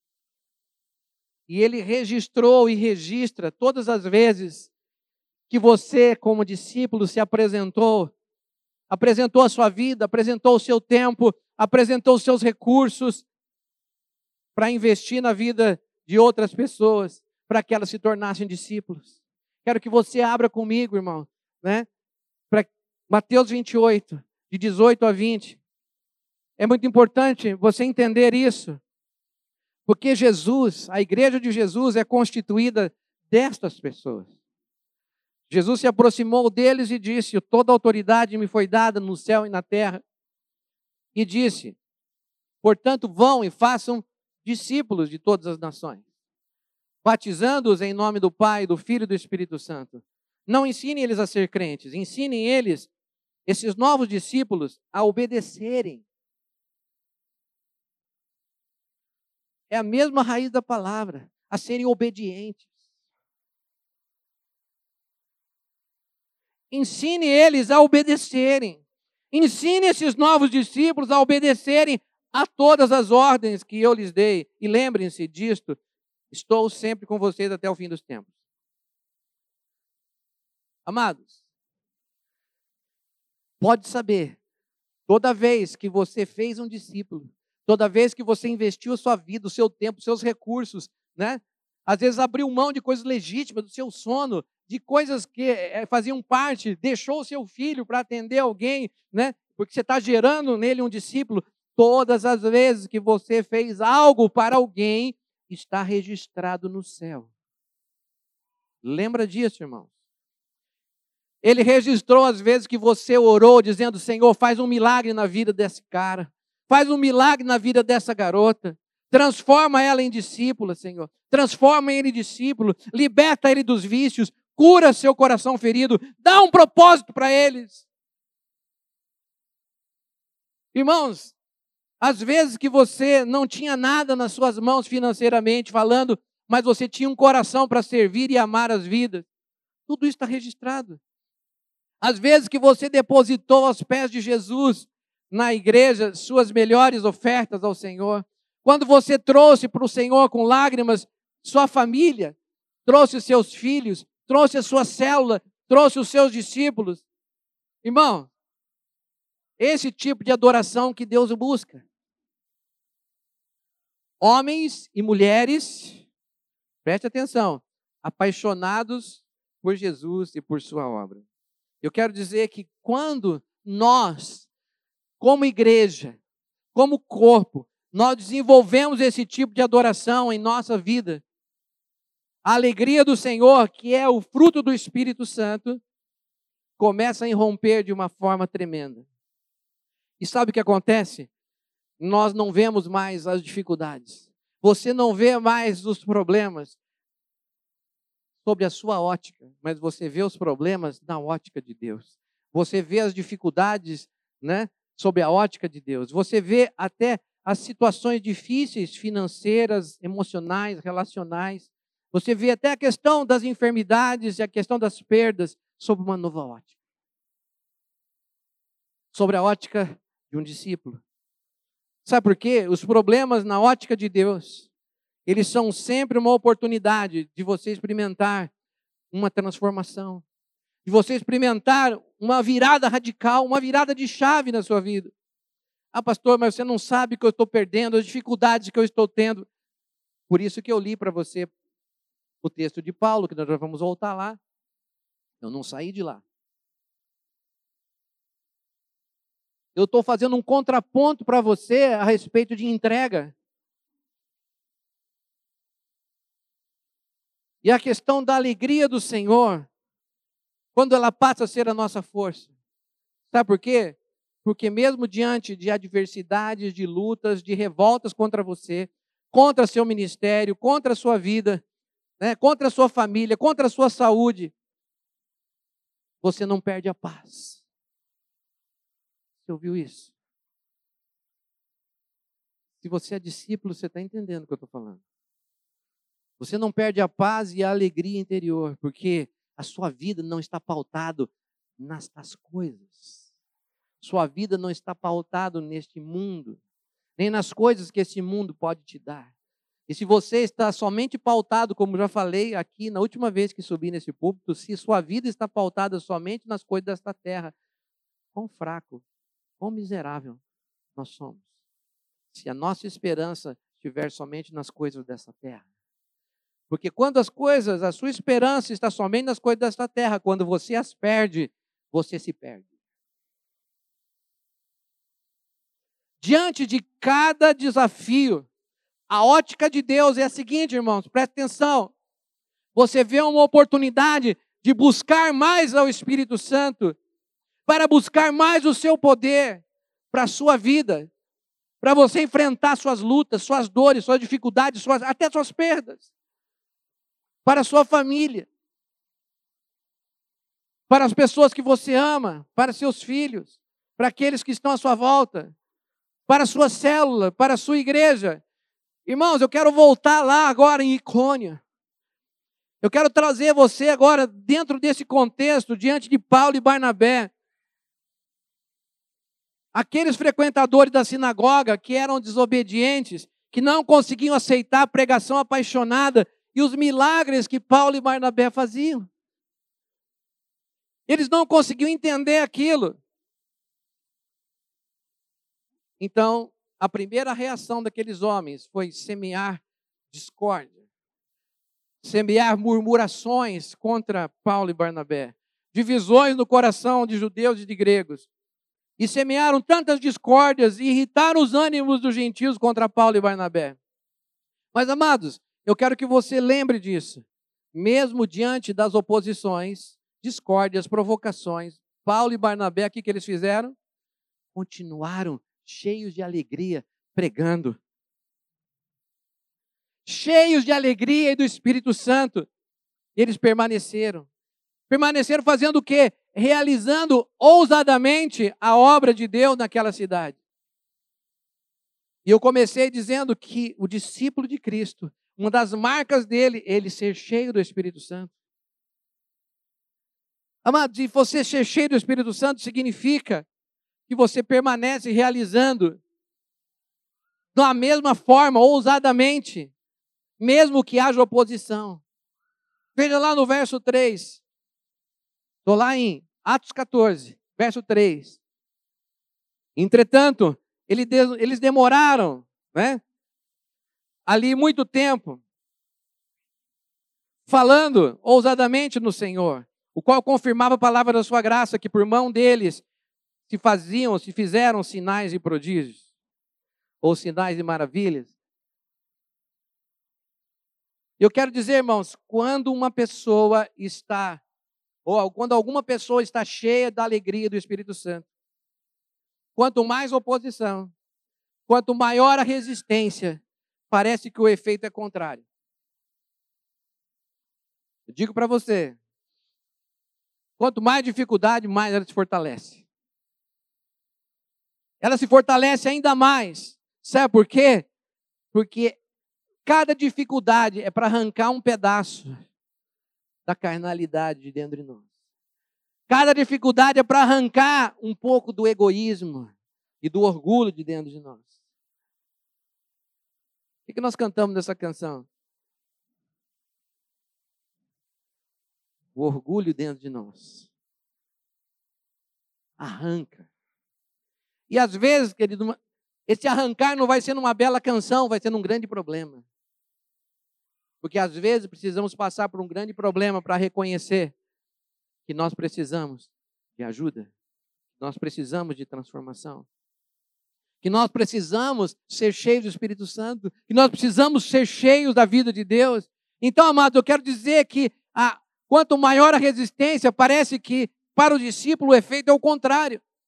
e ele registrou e registra todas as vezes que você, como discípulo, se apresentou a sua vida, apresentou o seu tempo, apresentou os seus recursos para investir na vida de outras pessoas, para que elas se tornassem discípulos. Quero que você abra comigo, irmão, né? Para Mateus 28, de 18 a 20. É muito importante você entender isso, porque Jesus, a igreja de Jesus é constituída destas pessoas. Jesus se aproximou deles e disse: toda autoridade me foi dada no céu e na terra. E disse: portanto, vão e façam discípulos de todas as nações, batizando-os em nome do Pai, do Filho e do Espírito Santo. Não ensinem eles a ser crentes, ensinem eles, esses novos discípulos, a obedecerem. É a mesma raiz da palavra, a serem obedientes. Ensine eles a obedecerem. Ensine esses novos discípulos a obedecerem a todas as ordens que eu lhes dei. E lembrem-se disto, estou sempre com vocês até o fim dos tempos. Amados, pode saber, toda vez que você fez um discípulo, toda vez que você investiu a sua vida, o seu tempo, os seus recursos, né? Às vezes abriu mão de coisas legítimas, do seu sono, de coisas que faziam parte, deixou o seu filho para atender alguém, né? Porque você está gerando nele um discípulo. Todas as vezes que você fez algo para alguém, está registrado no céu. Lembra disso, irmãos? Ele registrou as vezes que você orou, dizendo: Senhor, faz um milagre na vida desse cara. Faz um milagre na vida dessa garota. Transforma ela em discípula, Senhor. Transforma ele em discípulo. Liberta ele dos vícios. Cura seu coração ferido. Dá um propósito para eles. Irmãos, às vezes que você não tinha nada nas suas mãos financeiramente falando, mas você tinha um coração para servir e amar as vidas. Tudo isso está registrado. Às vezes que você depositou aos pés de Jesus, na igreja, suas melhores ofertas ao Senhor. Quando você trouxe para o Senhor com lágrimas sua família, trouxe os seus filhos, trouxe a sua célula, trouxe os seus discípulos. Irmão, esse tipo de adoração que Deus busca. Homens e mulheres, preste atenção, apaixonados por Jesus e por sua obra. Eu quero dizer que quando nós, como igreja, como corpo, nós desenvolvemos esse tipo de adoração em nossa vida, a alegria do Senhor, que é o fruto do Espírito Santo, começa a irromper de uma forma tremenda. E sabe o que acontece? Nós não vemos mais as dificuldades. Você não vê mais os problemas sob a sua ótica, mas você vê os problemas na ótica de Deus. Você vê as dificuldades, né, sob a ótica de Deus. Você vê até as situações difíceis, financeiras, emocionais, relacionais. Você vê até a questão das enfermidades e a questão das perdas sob uma nova ótica. Sobre a ótica de um discípulo. Sabe por quê? Os problemas na ótica de Deus, eles são sempre uma oportunidade de você experimentar uma transformação, de você experimentar uma virada radical, uma virada de chave na sua vida. Ah, pastor, mas você não sabe o que eu estou perdendo, as dificuldades que eu estou tendo. Por isso que eu li para você o texto de Paulo, que nós já vamos voltar lá. Eu não saí de lá. Eu estou fazendo um contraponto para você a respeito de entrega. E a questão da alegria do Senhor, quando ela passa a ser a nossa força. Sabe por quê? Porque mesmo diante de adversidades, de lutas, de revoltas contra você, contra seu ministério, contra a sua vida, né, contra a sua família, contra a sua saúde, você não perde a paz. Você ouviu isso? Se você é discípulo, você está entendendo o que eu estou falando. Você não perde a paz e a alegria interior, porque a sua vida não está pautada nas coisas. Sua vida não está pautada neste mundo, nem nas coisas que esse mundo pode te dar. E se você está somente pautado, como já falei aqui na última vez que subi nesse púlpito, se sua vida está pautada somente nas coisas desta terra, quão fraco, quão miserável nós somos. Se a nossa esperança estiver somente nas coisas desta terra. Porque quando a sua esperança está somente nas coisas desta terra, quando você as perde, você se perde. Diante de cada desafio, a ótica de Deus é a seguinte, irmãos, presta atenção. Você vê uma oportunidade de buscar mais ao Espírito Santo, para buscar mais o seu poder para a sua vida, para você enfrentar suas lutas, suas dores, suas dificuldades, até suas perdas, para a sua família, para as pessoas que você ama, para seus filhos, para aqueles que estão à sua volta, para a sua célula, para a sua igreja. Irmãos, eu quero voltar lá agora em Icônia. Eu quero trazer você agora dentro desse contexto, diante de Paulo e Barnabé. Aqueles frequentadores da sinagoga que eram desobedientes, que não conseguiam aceitar a pregação apaixonada e os milagres que Paulo e Barnabé faziam. Eles não conseguiam entender aquilo. Então, a primeira reação daqueles homens foi semear discórdia, semear murmurações contra Paulo e Barnabé, divisões no coração de judeus e de gregos. E semearam tantas discórdias e irritaram os ânimos dos gentios contra Paulo e Barnabé. Mas, amados, eu quero que você lembre disso. Mesmo diante das oposições, discórdias, provocações, Paulo e Barnabé, o que eles fizeram? Continuaram cheios de alegria, pregando. Cheios de alegria e do Espírito Santo. Eles permaneceram. Permaneceram fazendo o quê? Realizando ousadamente a obra de Deus naquela cidade. E eu comecei dizendo que o discípulo de Cristo, uma das marcas dele, ele ser cheio do Espírito Santo. Amados, e você ser cheio do Espírito Santo significa que você permanece realizando da mesma forma, ousadamente, mesmo que haja oposição. Veja lá no verso 3. Estou lá em Atos 14, verso 3. Entretanto, eles demoraram, né, ali muito tempo, falando ousadamente no Senhor, o qual confirmava a palavra da sua graça, que por mão deles se fizeram sinais e prodígios, ou sinais e maravilhas. Eu quero dizer, irmãos, quando uma pessoa está, ou quando alguma pessoa está cheia da alegria do Espírito Santo, quanto mais oposição, quanto maior a resistência, parece que o efeito é contrário. Eu digo para você, quanto mais dificuldade, mais ela se fortalece. Ela se fortalece ainda mais. Sabe por quê? Porque cada dificuldade é para arrancar um pedaço da carnalidade de dentro de nós. Cada dificuldade é para arrancar um pouco do egoísmo e do orgulho de dentro de nós. O que nós cantamos nessa canção? O orgulho dentro de nós arranca. E às vezes, querido, esse arrancar não vai ser numa bela canção, vai ser num grande problema. Porque às vezes precisamos passar por um grande problema para reconhecer que nós precisamos de ajuda, que nós precisamos de transformação, que nós precisamos ser cheios do Espírito Santo, que nós precisamos ser cheios da vida de Deus. Então, amados, eu quero dizer que quanto maior a resistência, parece que para o discípulo o efeito é o contrário.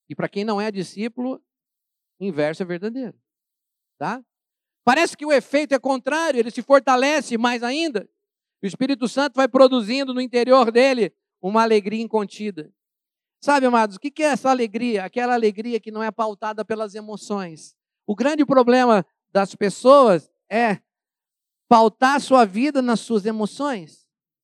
E para quem não é discípulo, o inverso é verdadeiro. Tá? Parece que o efeito é contrário, ele se fortalece mais ainda. O Espírito Santo vai produzindo no interior dele uma alegria incontida. Sabe, amados, o que é essa alegria? Aquela alegria que não é pautada pelas emoções. O grande problema das pessoas é pautar sua vida nas suas emoções.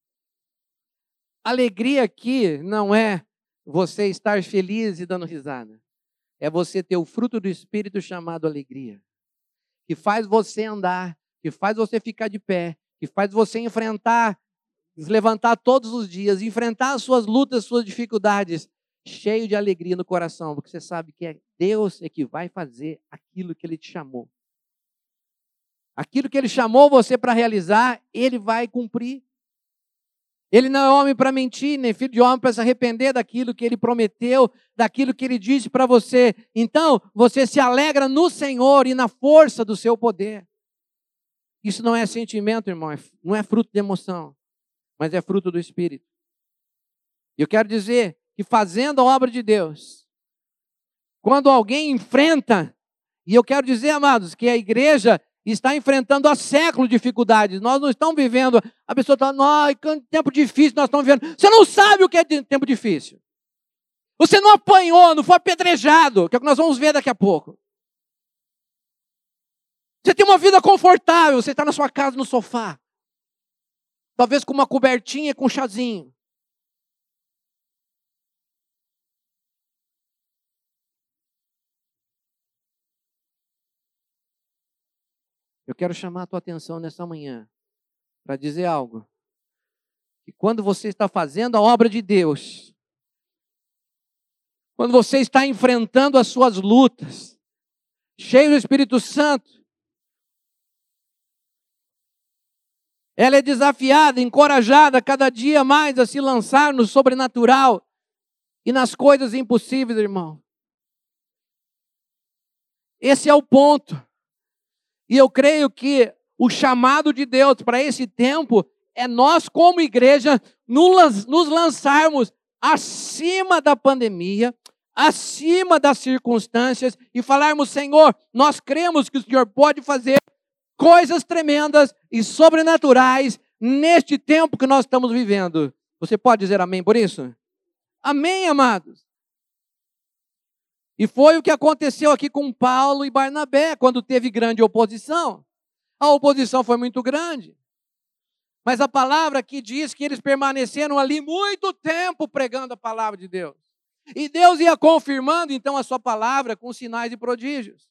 Alegria aqui não é você estar feliz e dando risada. É você ter o fruto do Espírito chamado alegria. Que faz você andar, que faz você ficar de pé, que faz você enfrentar, se levantar todos os dias, enfrentar as suas lutas, as suas dificuldades, cheio de alegria no coração, porque você sabe que é Deus que vai fazer aquilo que Ele te chamou. Aquilo que Ele chamou você para realizar, Ele vai cumprir. Ele não é homem para mentir, nem filho de homem para se arrepender daquilo que Ele prometeu, daquilo que Ele disse para você. Então, você se alegra no Senhor e na força do seu poder. Isso não é sentimento, irmão, não é fruto de emoção, mas é fruto do Espírito. E eu quero dizer que fazendo a obra de Deus, quando alguém enfrenta, e eu quero dizer, amados, que a igreja está enfrentando há séculos dificuldades. Nós não estamos vivendo, a pessoa está, que tempo difícil nós estamos vivendo. Você não sabe o que é tempo difícil. Você não apanhou, não foi apedrejado, que é o que nós vamos ver daqui a pouco. Você tem uma vida confortável, você está na sua casa, no sofá. Talvez com uma cobertinha e com um chazinho. Eu quero chamar a tua atenção nessa manhã para dizer algo. Que quando você está fazendo a obra de Deus, quando você está enfrentando as suas lutas, cheio do Espírito Santo, ela é desafiada, encorajada cada dia mais a se lançar no sobrenatural e nas coisas impossíveis, irmão. Esse é o ponto. E eu creio que o chamado de Deus para esse tempo é nós, como igreja, nos lançarmos acima da pandemia, acima das circunstâncias e falarmos, Senhor, nós cremos que o Senhor pode fazer coisas tremendas e sobrenaturais neste tempo que nós estamos vivendo. Você pode dizer amém por isso? Amém, amados. E foi o que aconteceu aqui com Paulo e Barnabé, quando teve grande oposição. A oposição foi muito grande. Mas a palavra aqui diz que eles permaneceram ali muito tempo pregando a palavra de Deus. E Deus ia confirmando então a sua palavra com sinais e prodígios.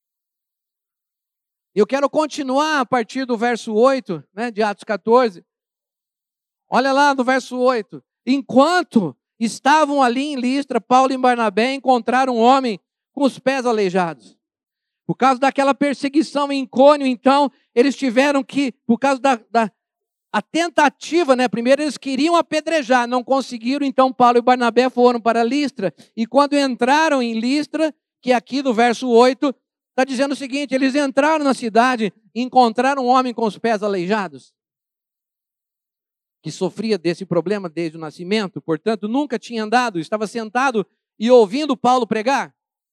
Eu quero continuar a partir do verso 8, de Atos 14. Olha lá no verso 8. Enquanto estavam ali em Listra, Paulo e Barnabé encontraram um homem com os pés aleijados. Por causa daquela perseguição em Icônio, então, eles tiveram que, por causa a tentativa, primeiro eles queriam apedrejar, não conseguiram, então Paulo e Barnabé foram para Listra. E quando entraram em Listra, que aqui no verso 8, está dizendo o seguinte, eles entraram na cidade e encontraram um homem com os pés aleijados, que sofria desse problema desde o nascimento, portanto nunca tinha andado, estava sentado e ouvindo Paulo pregar.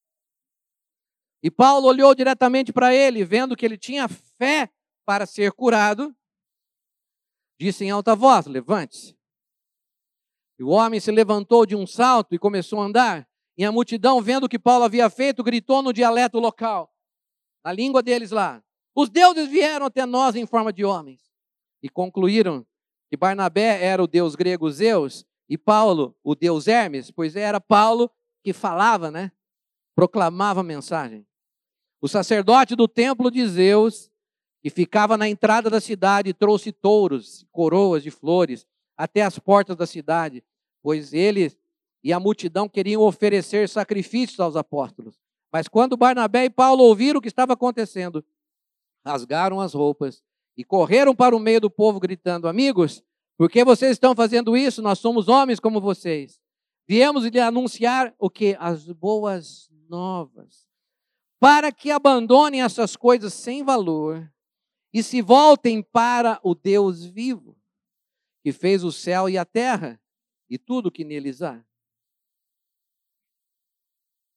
E Paulo olhou diretamente para ele, vendo que ele tinha fé para ser curado, disse em alta voz, levante-se. E o homem se levantou de um salto e começou a andar, e a multidão, vendo o que Paulo havia feito, gritou no dialeto local, na língua deles lá, os deuses vieram até nós em forma de homens. E concluíram que Barnabé era o deus grego Zeus e Paulo o deus Hermes, pois era Paulo que falava, proclamava a mensagem. O sacerdote do templo de Zeus, que ficava na entrada da cidade, trouxe touros, coroas de flores, até as portas da cidade, pois ele e a multidão queriam oferecer sacrifícios aos apóstolos. Mas quando Barnabé e Paulo ouviram o que estava acontecendo, rasgaram as roupas e correram para o meio do povo gritando, amigos, por que vocês estão fazendo isso? Nós somos homens como vocês. Viemos lhe anunciar o quê? As boas novas. Para que abandonem essas coisas sem valor e se voltem para o Deus vivo, que fez o céu e a terra e tudo que neles há.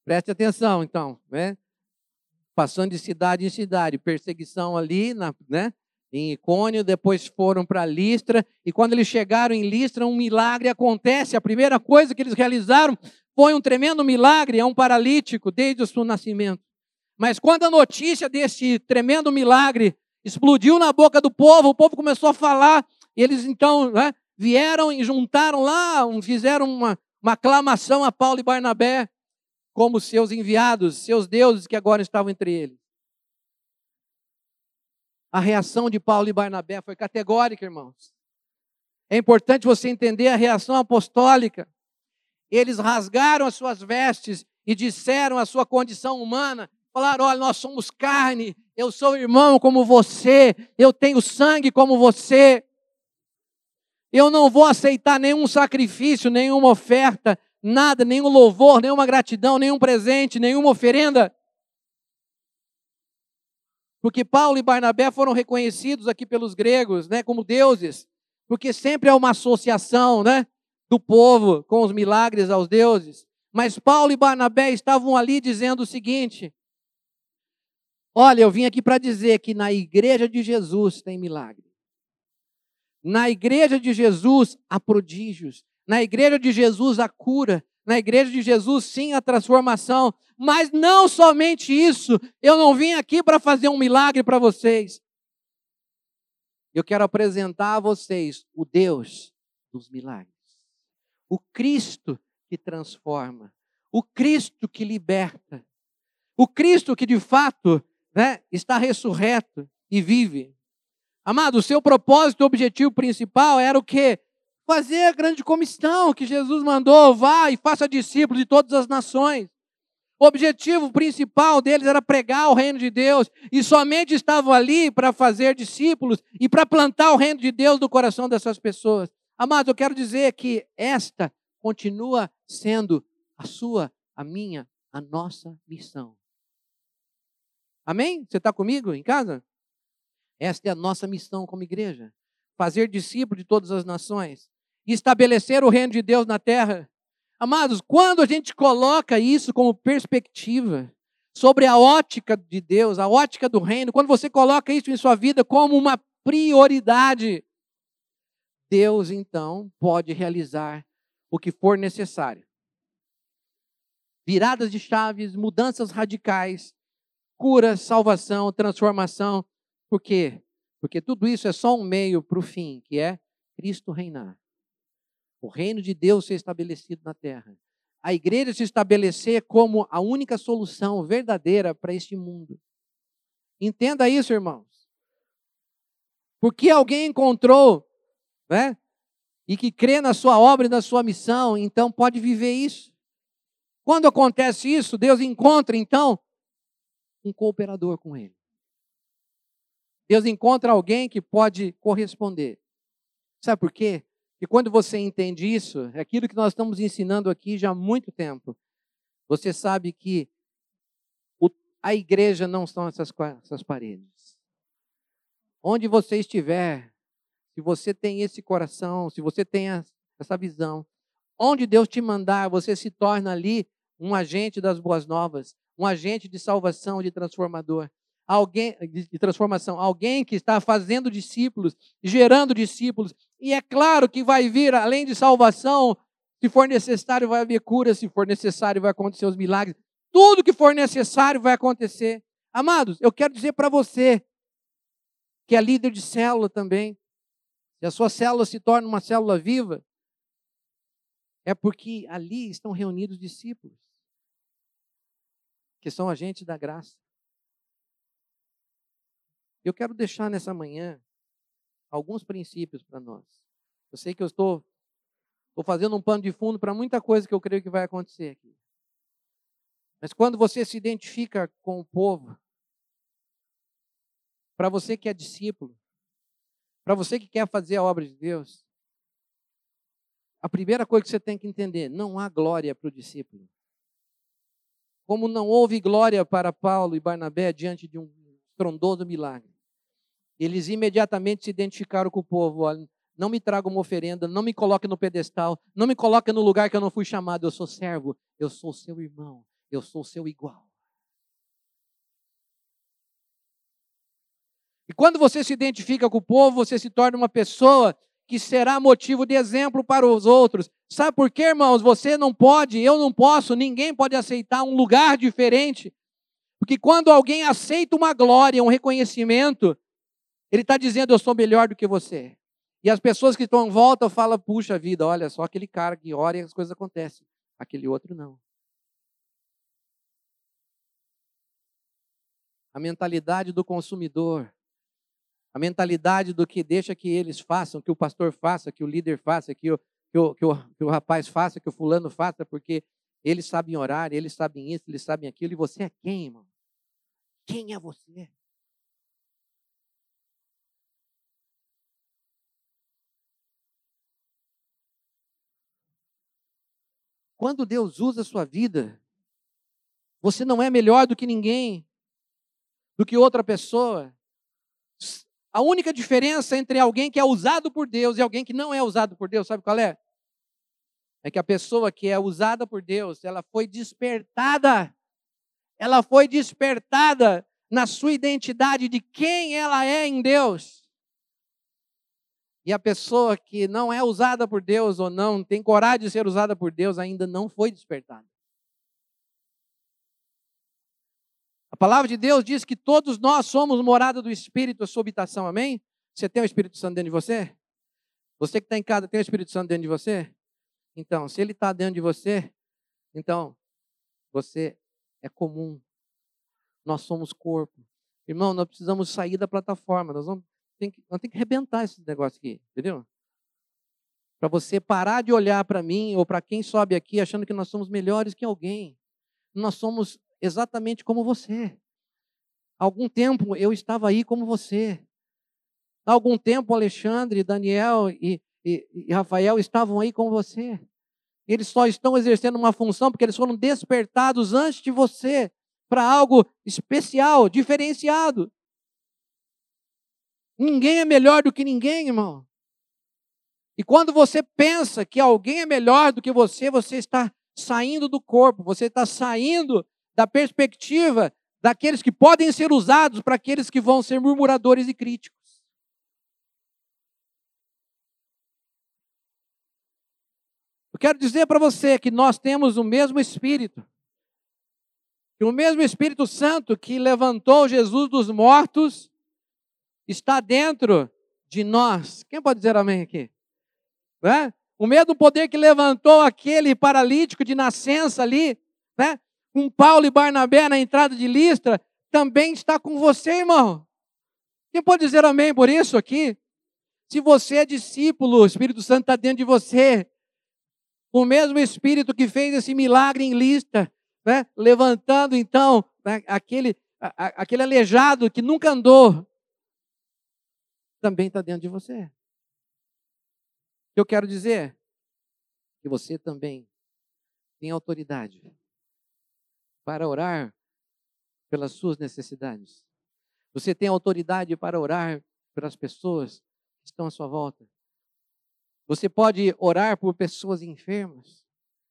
Preste atenção, então, né? Passando de cidade em cidade, perseguição ali, né? Em Icônio, depois foram para Listra, e quando eles chegaram em Listra, um milagre acontece. A primeira coisa que eles realizaram foi um tremendo milagre, é um paralítico desde o seu nascimento. Mas quando a notícia desse tremendo milagre explodiu na boca do povo, o povo começou a falar, eles então, né, vieram e juntaram lá, fizeram uma aclamação a Paulo e Barnabé como seus enviados, seus deuses que agora estavam entre eles. A reação de Paulo e Barnabé foi categórica, irmãos. É importante você entender a reação apostólica. Eles rasgaram as suas vestes e disseram a sua condição humana, falaram: olha, nós somos carne, eu sou irmão como você, eu tenho sangue como você. Eu não vou aceitar nenhum sacrifício, nenhuma oferta, nada, nenhum louvor, nenhuma gratidão, nenhum presente, nenhuma oferenda. Porque Paulo e Barnabé foram reconhecidos aqui pelos gregos, né, como deuses, porque sempre é uma associação, né, do povo com os milagres aos deuses. Mas Paulo e Barnabé estavam ali dizendo o seguinte: olha, eu vim aqui para dizer que na igreja de Jesus tem milagre. Na igreja de Jesus há prodígios. Na igreja de Jesus há cura. Na igreja de Jesus, sim, a transformação. Mas não somente isso. Eu não vim aqui para fazer um milagre para vocês. Eu quero apresentar a vocês o Deus dos milagres. O Cristo que transforma. O Cristo que liberta. O Cristo que de fato, né, está ressurreto e vive. Amado, o seu propósito e objetivo principal era o quê? Fazer a grande comissão que Jesus mandou: vá e faça discípulos de todas as nações. O objetivo principal deles era pregar o reino de Deus, e somente estavam ali para fazer discípulos e para plantar o reino de Deus no coração dessas pessoas. Amados, eu quero dizer que esta continua sendo a sua, a minha, a nossa missão. Amém? Você está comigo em casa? Esta é a nossa missão como igreja. Fazer discípulos de todas as nações. E estabelecer o reino de Deus na terra. Amados, quando a gente coloca isso como perspectiva sobre a ótica de Deus, a ótica do reino, quando você coloca isso em sua vida como uma prioridade, Deus então pode realizar o que for necessário. Viradas de chaves, mudanças radicais, cura, salvação, transformação. Por quê? Porque tudo isso é só um meio para o fim, que é Cristo reinar. O reino de Deus ser estabelecido na terra. A igreja se estabelecer como a única solução verdadeira para este mundo. Entenda isso, irmãos. Porque alguém encontrou, né, e que crê na sua obra e na sua missão, então pode viver isso. Quando acontece isso, Deus encontra, então, um cooperador com ele. Deus encontra alguém que pode corresponder. Sabe por quê? Porque quando você entende isso, é aquilo que nós estamos ensinando aqui já há muito tempo. Você sabe que a igreja não são essas paredes. Onde você estiver, se você tem esse coração, se você tem essa visão, onde Deus te mandar, você se torna ali um agente das boas novas, um agente de salvação, de transformador. Alguém de transformação, alguém que está fazendo discípulos, gerando discípulos, e é claro que vai vir, além de salvação, se for necessário vai haver cura, se for necessário vai acontecer os milagres, tudo que for necessário vai acontecer. Amados, eu quero dizer para você, que é líder de célula também, se a sua célula se torna uma célula viva, é porque ali estão reunidos discípulos, que são agentes da graça. Eu quero deixar nessa manhã alguns princípios para nós. Eu sei que eu estou fazendo um pano de fundo para muita coisa que eu creio que vai acontecer aqui. Mas quando você se identifica com o povo, para você que é discípulo, para você que quer fazer a obra de Deus, a primeira coisa que você tem que entender, não há glória para o discípulo. Como não houve glória para Paulo e Barnabé diante de um estrondoso milagre. Eles imediatamente se identificaram com o povo. Olha, não me traga uma oferenda, não me coloque no pedestal, não me coloque no lugar que eu não fui chamado. Eu sou servo, eu sou seu irmão, eu sou seu igual. E quando você se identifica com o povo, você se torna uma pessoa que será motivo de exemplo para os outros. Sabe por quê, irmãos? Você não pode, eu não posso, ninguém pode aceitar um lugar diferente. Porque quando alguém aceita uma glória, um reconhecimento, ele está dizendo, eu sou melhor do que você. E as pessoas que estão em volta falam, puxa vida, olha só aquele cara que ora e as coisas acontecem. Aquele outro não. A mentalidade do consumidor. A mentalidade do que deixa que eles façam, que o pastor faça, que o líder faça, que o rapaz faça, que o fulano faça, porque eles sabem orar, eles sabem isso, eles sabem aquilo, e você é quem, irmão? Quem é você? Quando Deus usa a sua vida, você não é melhor do que ninguém, do que outra pessoa. A única diferença entre alguém que é usado por Deus e alguém que não é usado por Deus, sabe qual é? É que a pessoa que é usada por Deus, ela foi despertada na sua identidade de quem ela é em Deus. E a pessoa que não é usada por Deus ou não tem coragem de ser usada por Deus ainda não foi despertada. A palavra de Deus diz que todos nós somos morada do Espírito, a sua habitação, amém? Você tem o Espírito Santo dentro de você? Você que está em casa tem o Espírito Santo dentro de você? Então, se ele está dentro de você, então, você é comum. Nós somos corpo. Irmão, nós precisamos sair da plataforma. Nós temos que arrebentar esse negócio aqui, entendeu? Para você parar de olhar para mim ou para quem sobe aqui achando que nós somos melhores que alguém. Nós somos exatamente como você. Há algum tempo eu estava aí como você. Há algum tempo Alexandre, Daniel e Rafael estavam aí como você. Eles só estão exercendo uma função porque eles foram despertados antes de você para algo especial, diferenciado. Ninguém é melhor do que ninguém, irmão. E quando você pensa que alguém é melhor do que você, você está saindo do corpo, você está saindo da perspectiva daqueles que podem ser usados para aqueles que vão ser murmuradores e críticos. Eu quero dizer para você que nós temos o mesmo Espírito. Que o mesmo Espírito Santo que levantou Jesus dos mortos está dentro de nós. Quem pode dizer amém aqui? Né? O mesmo poder que levantou aquele paralítico de nascença ali, né? Com Paulo e Barnabé na entrada de Listra, também está com você, irmão. Quem pode dizer amém por isso aqui? Se você é discípulo, o Espírito Santo está dentro de você. O mesmo Espírito que fez esse milagre em Listra, né? Levantando então, né? aquele aleijado que nunca andou, também está dentro de você. O que eu quero dizer? Que você também tem autoridade para orar pelas suas necessidades. Você tem autoridade para orar pelas pessoas que estão à sua volta. Você pode orar por pessoas enfermas.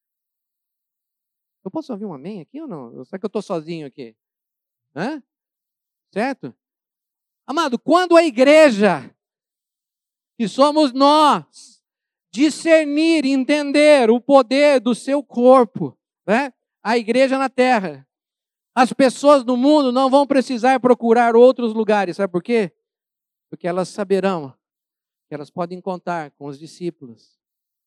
Eu posso ouvir um amém aqui ou não? Será que eu estou sozinho aqui? Hã? Certo? Amado, quando a igreja, que somos nós, discernir, entender o poder do seu corpo, né? A igreja na terra, as pessoas do mundo não vão precisar procurar outros lugares. Sabe por quê? Porque elas saberão que elas podem contar com os discípulos.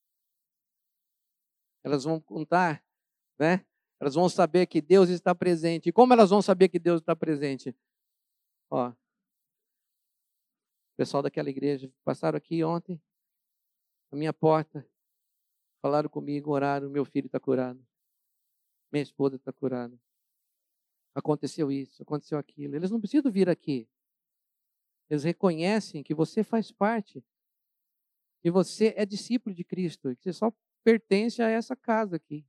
Elas vão contar, né? Elas vão saber que Deus está presente. E como elas vão saber que Deus está presente? Ó, o pessoal daquela igreja passaram aqui ontem, na minha porta, falaram comigo, oraram, meu filho está curado. Minha esposa está curada. Aconteceu isso, aconteceu aquilo. Eles não precisam vir aqui. Eles reconhecem que você faz parte. Que você é discípulo de Cristo. Que você só pertence a essa casa aqui.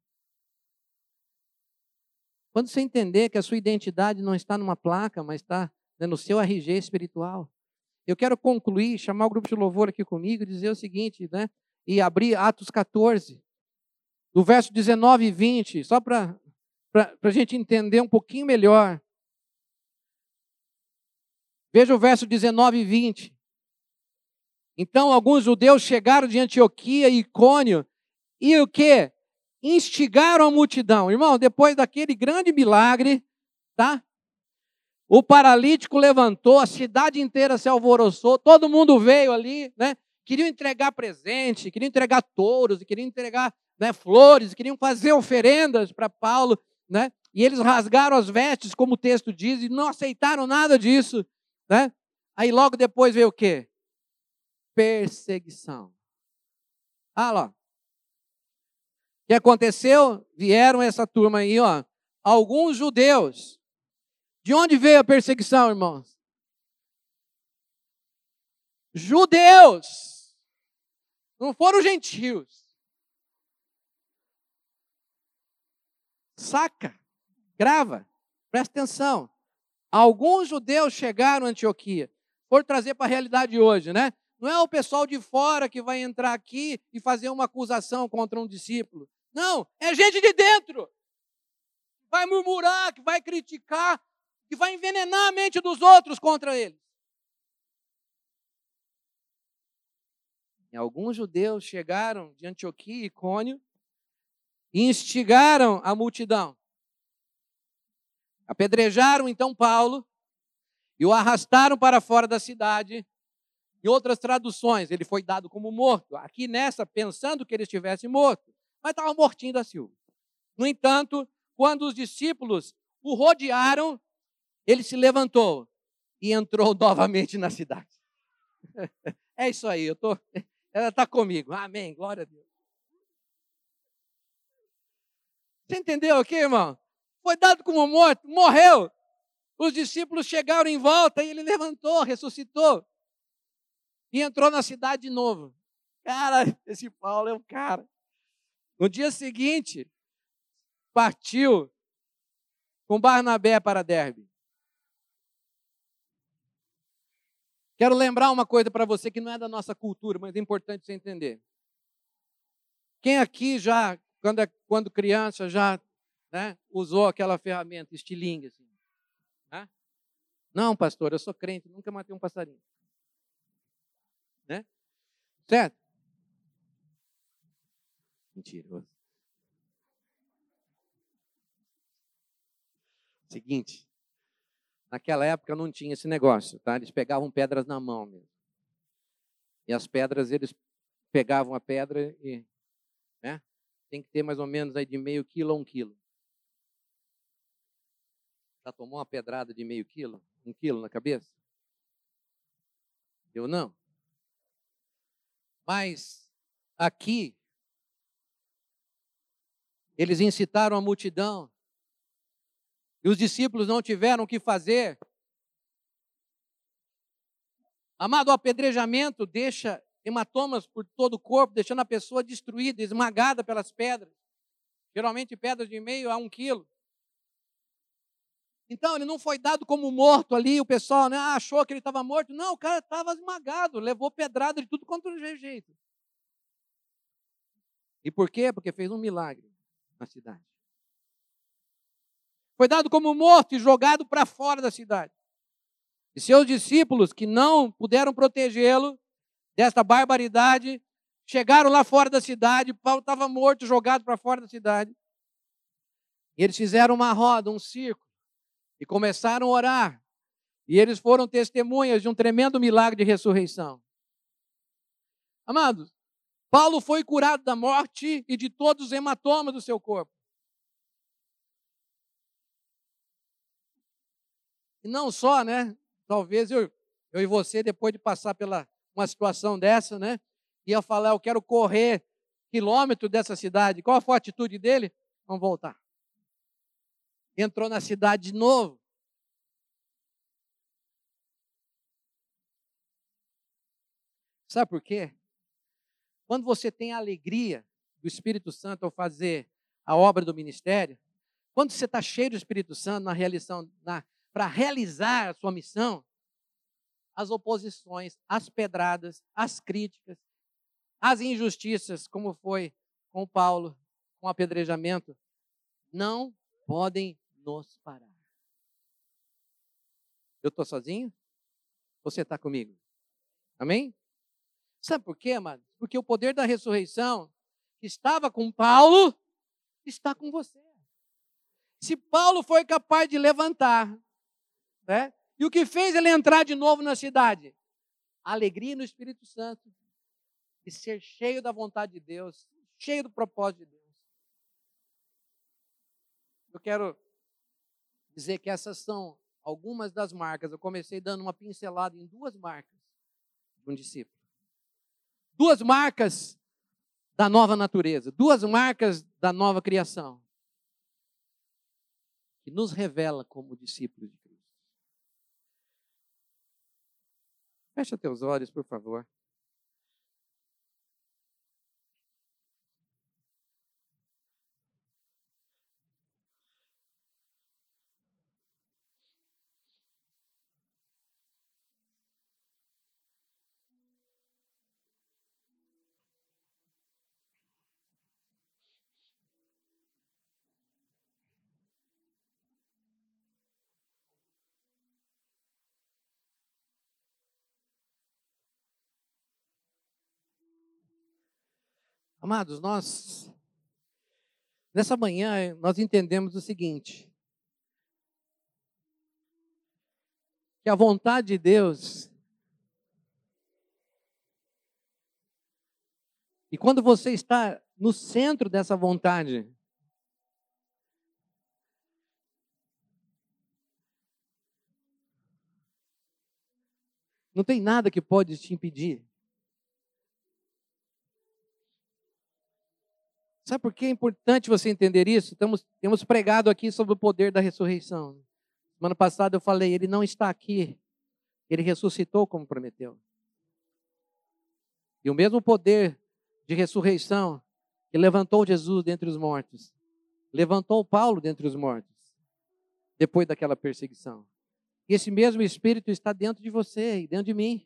Quando você entender que a sua identidade não está numa placa, mas está, né, no seu RG espiritual. Eu quero concluir, chamar o grupo de louvor aqui comigo e dizer o seguinte, né? E abrir Atos 14, do verso 19 e 20, só para para a gente entender um pouquinho melhor. Veja o verso 19 e 20. Então, alguns judeus chegaram de Antioquia e Icônio e o quê? Instigaram a multidão. Irmão, depois daquele grande milagre, tá? O paralítico levantou, a cidade inteira se alvoroçou, todo mundo veio ali, né? Queriam entregar presente, queriam entregar touros, queriam entregar, né, flores, queriam fazer oferendas para Paulo, né? E eles rasgaram as vestes, como o texto diz, e não aceitaram nada disso, né? Aí logo depois veio o quê? Perseguição. Ah lá. O que aconteceu? Vieram essa turma aí, ó, alguns judeus. De onde veio a perseguição, irmãos? Judeus. Não foram gentios. Saca, grava, presta atenção. Alguns judeus chegaram a Antioquia. Por trazer para a realidade de hoje, né? Não é o pessoal de fora que vai entrar aqui e fazer uma acusação contra um discípulo. Não, é gente de dentro. Que vai murmurar, que vai criticar, que vai envenenar a mente dos outros contra eles. E alguns judeus chegaram de Antioquia e Icônio e instigaram a multidão. Apedrejaram então Paulo e o arrastaram para fora da cidade. Em outras traduções, ele foi dado como morto. Aqui nessa, pensando que ele estivesse morto, mas estava mortinho da Silva. No entanto, quando os discípulos o rodearam, ele se levantou e entrou novamente na cidade. É isso aí, ela está comigo. Amém, glória a Deus. Você entendeu aqui, irmão? Foi dado como morto, morreu. Os discípulos chegaram em volta e ele levantou, ressuscitou. E entrou na cidade de novo. Cara, esse Paulo é um cara. No dia seguinte, partiu com Barnabé para Derbe. Quero lembrar uma coisa para você que não é da nossa cultura, mas é importante você entender. Quem aqui já, quando criança, já, né, usou aquela ferramenta, estilingue, assim? Né? Não, pastor, eu sou crente, nunca matei um passarinho. Né? Certo? Mentiroso. Seguinte, naquela época não tinha esse negócio, tá? Eles pegavam pedras na mão mesmo. E as pedras, eles pegavam a pedra e, né? Tem que ter mais ou menos aí de meio quilo a 1 quilo. Já tomou uma pedrada de meio quilo? 1 quilo na cabeça? Eu não. Mas aqui, eles incitaram a multidão. E os discípulos não tiveram o que fazer. Amado, o apedrejamento deixa hematomas por todo o corpo, deixando a pessoa destruída, esmagada pelas pedras. Geralmente pedras de meio a 1 quilo. Então, ele não foi dado como morto ali, o pessoal, né, achou que ele estava morto. Não, o cara estava esmagado, levou pedrada de tudo quanto é jeito. E por quê? Porque fez um milagre na cidade. Foi dado como morto e jogado para fora da cidade. E seus discípulos, que não puderam protegê-lo desta barbaridade, chegaram lá fora da cidade, Paulo estava morto, jogado para fora da cidade. E eles fizeram uma roda, um círculo, e começaram a orar. E eles foram testemunhas de um tremendo milagre de ressurreição. Amados, Paulo foi curado da morte e de todos os hematomas do seu corpo. E não só, né? Talvez eu e você, depois de passar pela uma situação dessa, né? Ia falar, eu quero correr quilômetro dessa cidade. Qual foi a atitude dele? Vamos voltar. Entrou na cidade de novo. Sabe por quê? Quando você tem a alegria do Espírito Santo ao fazer a obra do ministério, quando você está cheio do Espírito Santo para realizar a sua missão, as oposições, as pedradas, as críticas, as injustiças, como foi com Paulo, com o apedrejamento, não podem nos parar. Eu estou sozinho? Você está comigo? Amém? Sabe por quê, amado? Porque o poder da ressurreição que estava com Paulo está com você. Se Paulo foi capaz de levantar, né? E o que fez ele entrar de novo na cidade? A alegria no Espírito Santo, de ser cheio da vontade de Deus, cheio do propósito de Deus. Eu quero dizer que essas são algumas das marcas. Eu comecei dando uma pincelada em 2 marcas de um discípulo. 2 marcas da nova natureza, 2 marcas da nova criação, que nos revela como discípulos de Cristo. Fecha teus olhos, por favor. Amados, nessa manhã, nós entendemos o seguinte: que a vontade de Deus, e quando você está no centro dessa vontade, não tem nada que pode te impedir. Sabe por que é importante você entender isso? Temos pregado aqui sobre o poder da ressurreição. Semana passada eu falei, ele não está aqui. Ele ressuscitou como prometeu. E o mesmo poder de ressurreição que levantou Jesus dentre os mortos, levantou Paulo dentre os mortos, depois daquela perseguição. E esse mesmo Espírito está dentro de você e dentro de mim.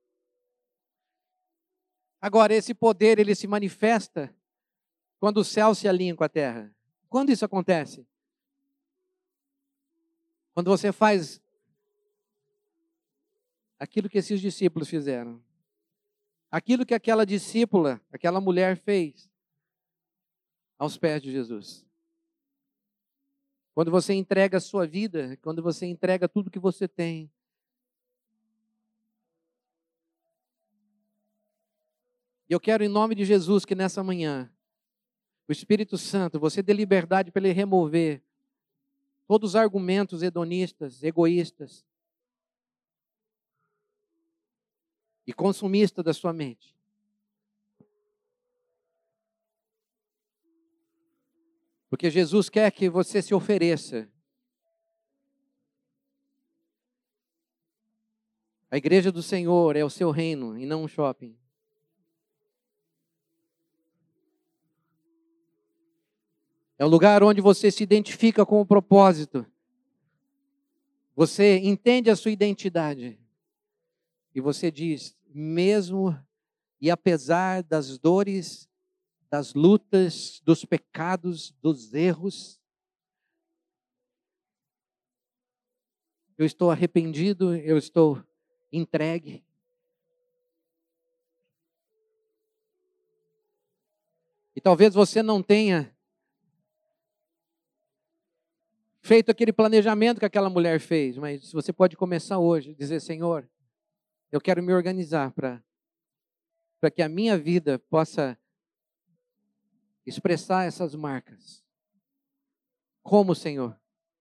Agora, esse poder, ele se manifesta quando o céu se alinha com a terra. Quando isso acontece? Quando você faz aquilo que esses discípulos fizeram. Aquilo que aquela discípula, aquela mulher fez aos pés de Jesus. Quando você entrega a sua vida, quando você entrega tudo que você tem. E eu quero, em nome de Jesus, que nessa manhã, o Espírito Santo, você dê liberdade para ele remover todos os argumentos hedonistas, egoístas e consumistas da sua mente. Porque Jesus quer que você se ofereça. A igreja do Senhor é o seu reino e não um shopping. É um lugar onde você se identifica com o propósito. Você entende a sua identidade. E você diz, mesmo e apesar das dores, das lutas, dos pecados, dos erros, eu estou arrependido, eu estou entregue. E talvez você não tenha feito aquele planejamento que aquela mulher fez, mas você pode começar hoje, dizer, Senhor, eu quero me organizar para que a minha vida possa expressar essas marcas. Como, Senhor?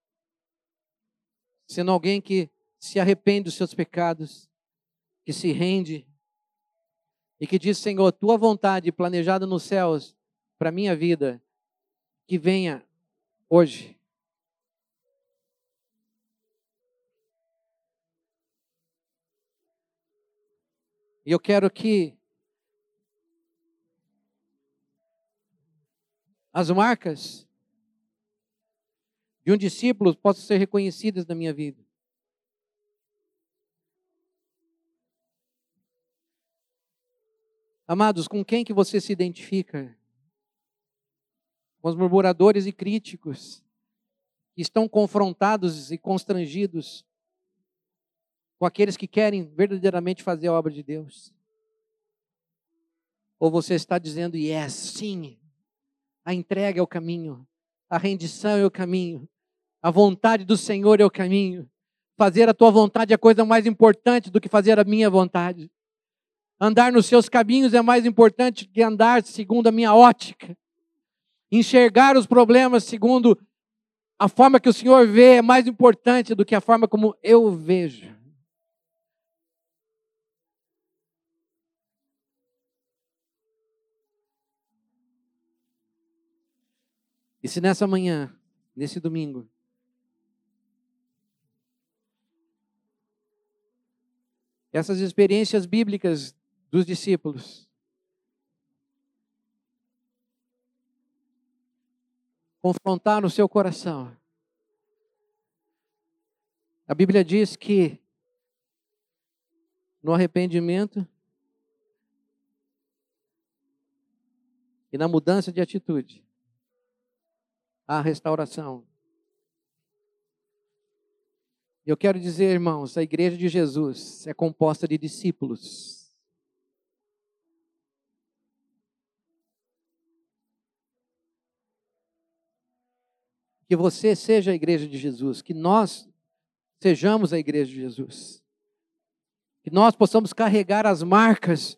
Sendo alguém que se arrepende dos seus pecados, que se rende e que diz, Senhor, tua vontade planejada nos céus para a minha vida, que venha hoje. E eu quero que as marcas de um discípulo possam ser reconhecidas na minha vida. Amados, com quem que você se identifica? Com os murmuradores e críticos? que estão confrontados e constrangidos com aqueles que querem verdadeiramente fazer a obra de Deus? Ou você está dizendo, yes, sim, a entrega é o caminho, a rendição é o caminho, a vontade do Senhor é o caminho, fazer a tua vontade é a coisa mais importante do que fazer a minha vontade. Andar nos seus caminhos é mais importante que andar segundo a minha ótica. Enxergar os problemas segundo a forma que o Senhor vê é mais importante do que a forma como eu vejo. E se nessa manhã, nesse domingo, essas experiências bíblicas dos discípulos confrontar no seu coração. A Bíblia diz que no arrependimento e na mudança de atitude há restauração. Eu quero dizer, irmãos, a igreja de Jesus é composta de discípulos. Que você seja a igreja de Jesus, que nós sejamos a igreja de Jesus. Que nós possamos carregar as marcas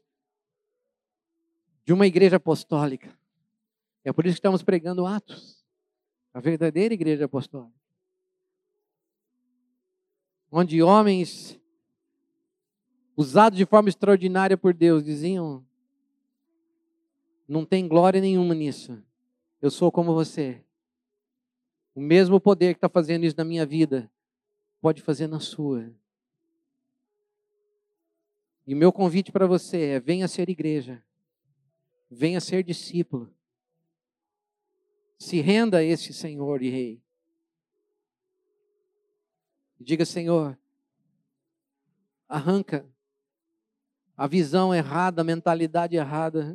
de uma igreja apostólica. É por isso que estamos pregando Atos, a verdadeira igreja apostólica. Onde homens, usados de forma extraordinária por Deus, diziam, não tem glória nenhuma nisso, eu sou como você. O mesmo poder que está fazendo isso na minha vida, pode fazer na sua. E o meu convite para você é, venha ser igreja. Venha ser discípulo. Se renda a esse Senhor e Rei. E diga, Senhor, arranca a visão errada, a mentalidade errada.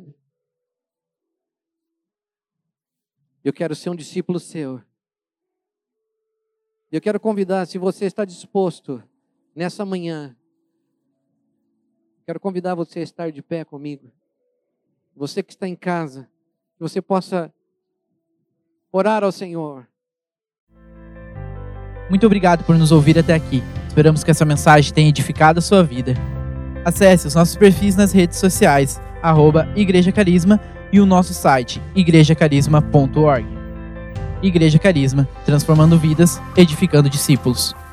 Eu quero ser um discípulo seu. Eu quero convidar, se você está disposto, nessa manhã, quero convidar você a estar de pé comigo. Você que está em casa, que você possa orar ao Senhor. Muito obrigado por nos ouvir até aqui. Esperamos que essa mensagem tenha edificado a sua vida. Acesse os nossos perfis nas redes sociais, @Igreja Carisma, e o nosso site, igrejacarisma.org. Igreja Carisma, transformando vidas, edificando discípulos.